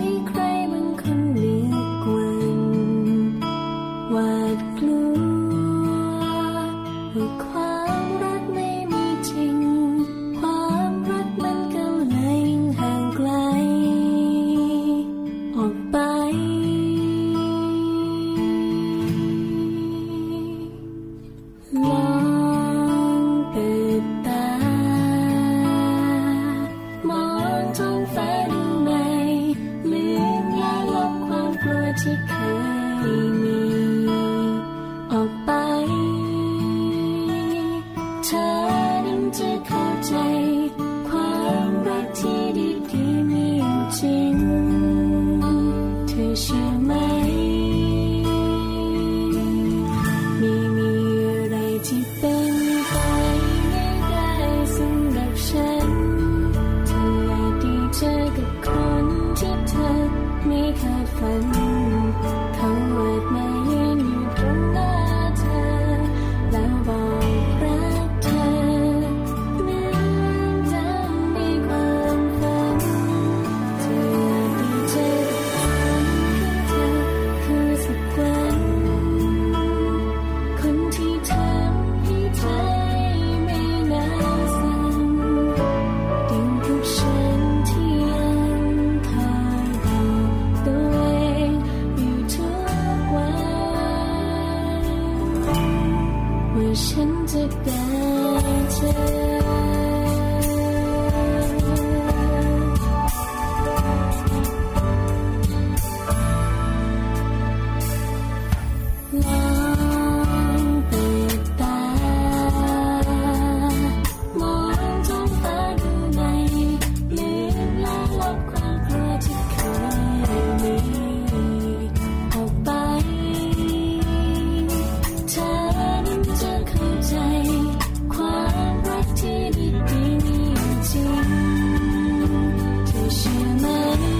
หวาดกลัวริงเธอเชื่อไหมไม่มีอะไรที่เป็นไปไม่ได้สำหรับฉันเธอได้เจอกับคนที่เธอไม่คาดฝันเขาอาจมายืนอยู่ตรงหน้าเธอแล้วบอกรักเธอเหมือนดังในความฝันเธอได้เจอกับคนที่เธอคือสักวันคนที่ทำให้ใจไม่น่าสั่นดิ่งกับฉันที่ยังคอยบอกตัวเองอยู่ทุกวันว่าฉันจะได้เจอลองเปิดตามองท้องฟ้าดูในลืมแล้วลบความกลัวที่เคยมีออกไปเธอนั้นจะเข้าใจความรักที่ดีๆมีจริงเธอเชื่อไหม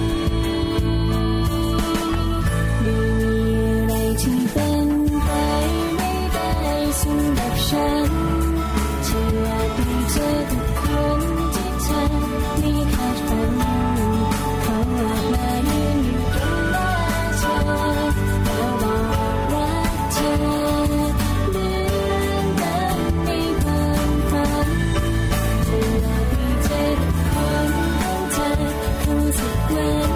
ไม่มีอะไรที่เป็นไปไม่ได้สำหรับฉันเธออาจได้เจอกับคนที่เธอไม่คาดฝันเขาอาจมายืนอยู่ตรงหน้าเธอแล้วบอกรักเธอเหมือนดังในความฝันเธออาจได้เจอกับคนของเธอคือสักวัน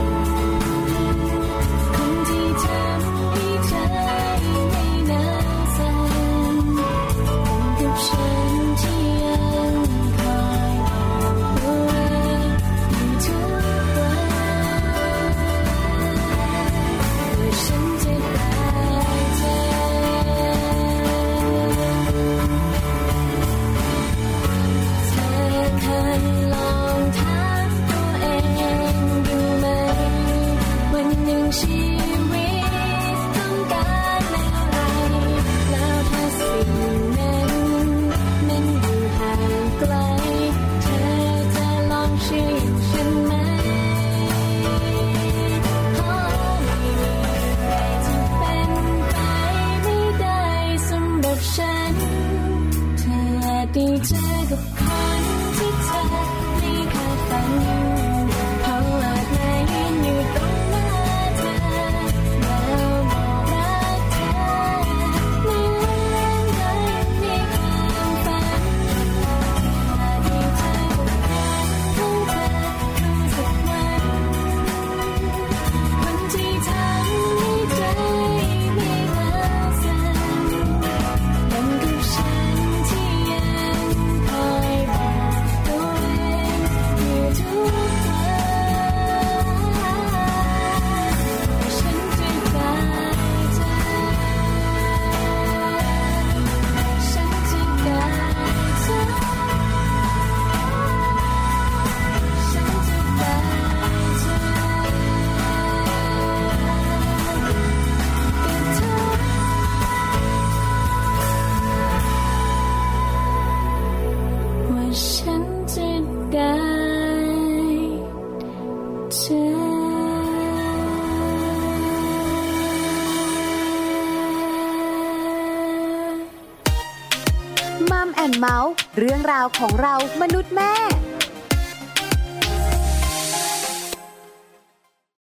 คนที่ทำให้ใจไม่น่าสั่นกับฉันที่ยังคอยบอกตัวเองอยู่ทุกวันว่าฉันจะได้เจอเธอเคยลองถามตัวเองดูไหมวันหนึ่งชีวิตต้องการอะไรแล้วถ้าสิ่งนั้นมันอยู่ห่างไกลเธอจะลองเชื่อฉันไหมเพราะไม่มีอะไรที่เป็นไปไม่ได้สำหรับฉันเธออาจได้เจอกับคนที่เธอไม่คาดฝันเขาอาจมายืนอยู่ตรงหน้าเธอแล้วบอกรักเธอเหมือนดังในความฝันอาจได้เจอกับคนของเธอคือสักวันคนที่ทำให้ใจไม่น่าสั่นเป็นกับฉันที่ยังคอยบอกตัวเองอยู่ทุกวันว่าฉันจะได้เจอฉันจะได้เจอฉันจะได้เจอกับเธอว่าฉันจะได้เจอมัมแอนเมาส์เรื่องราวของเรามนุษย์แม่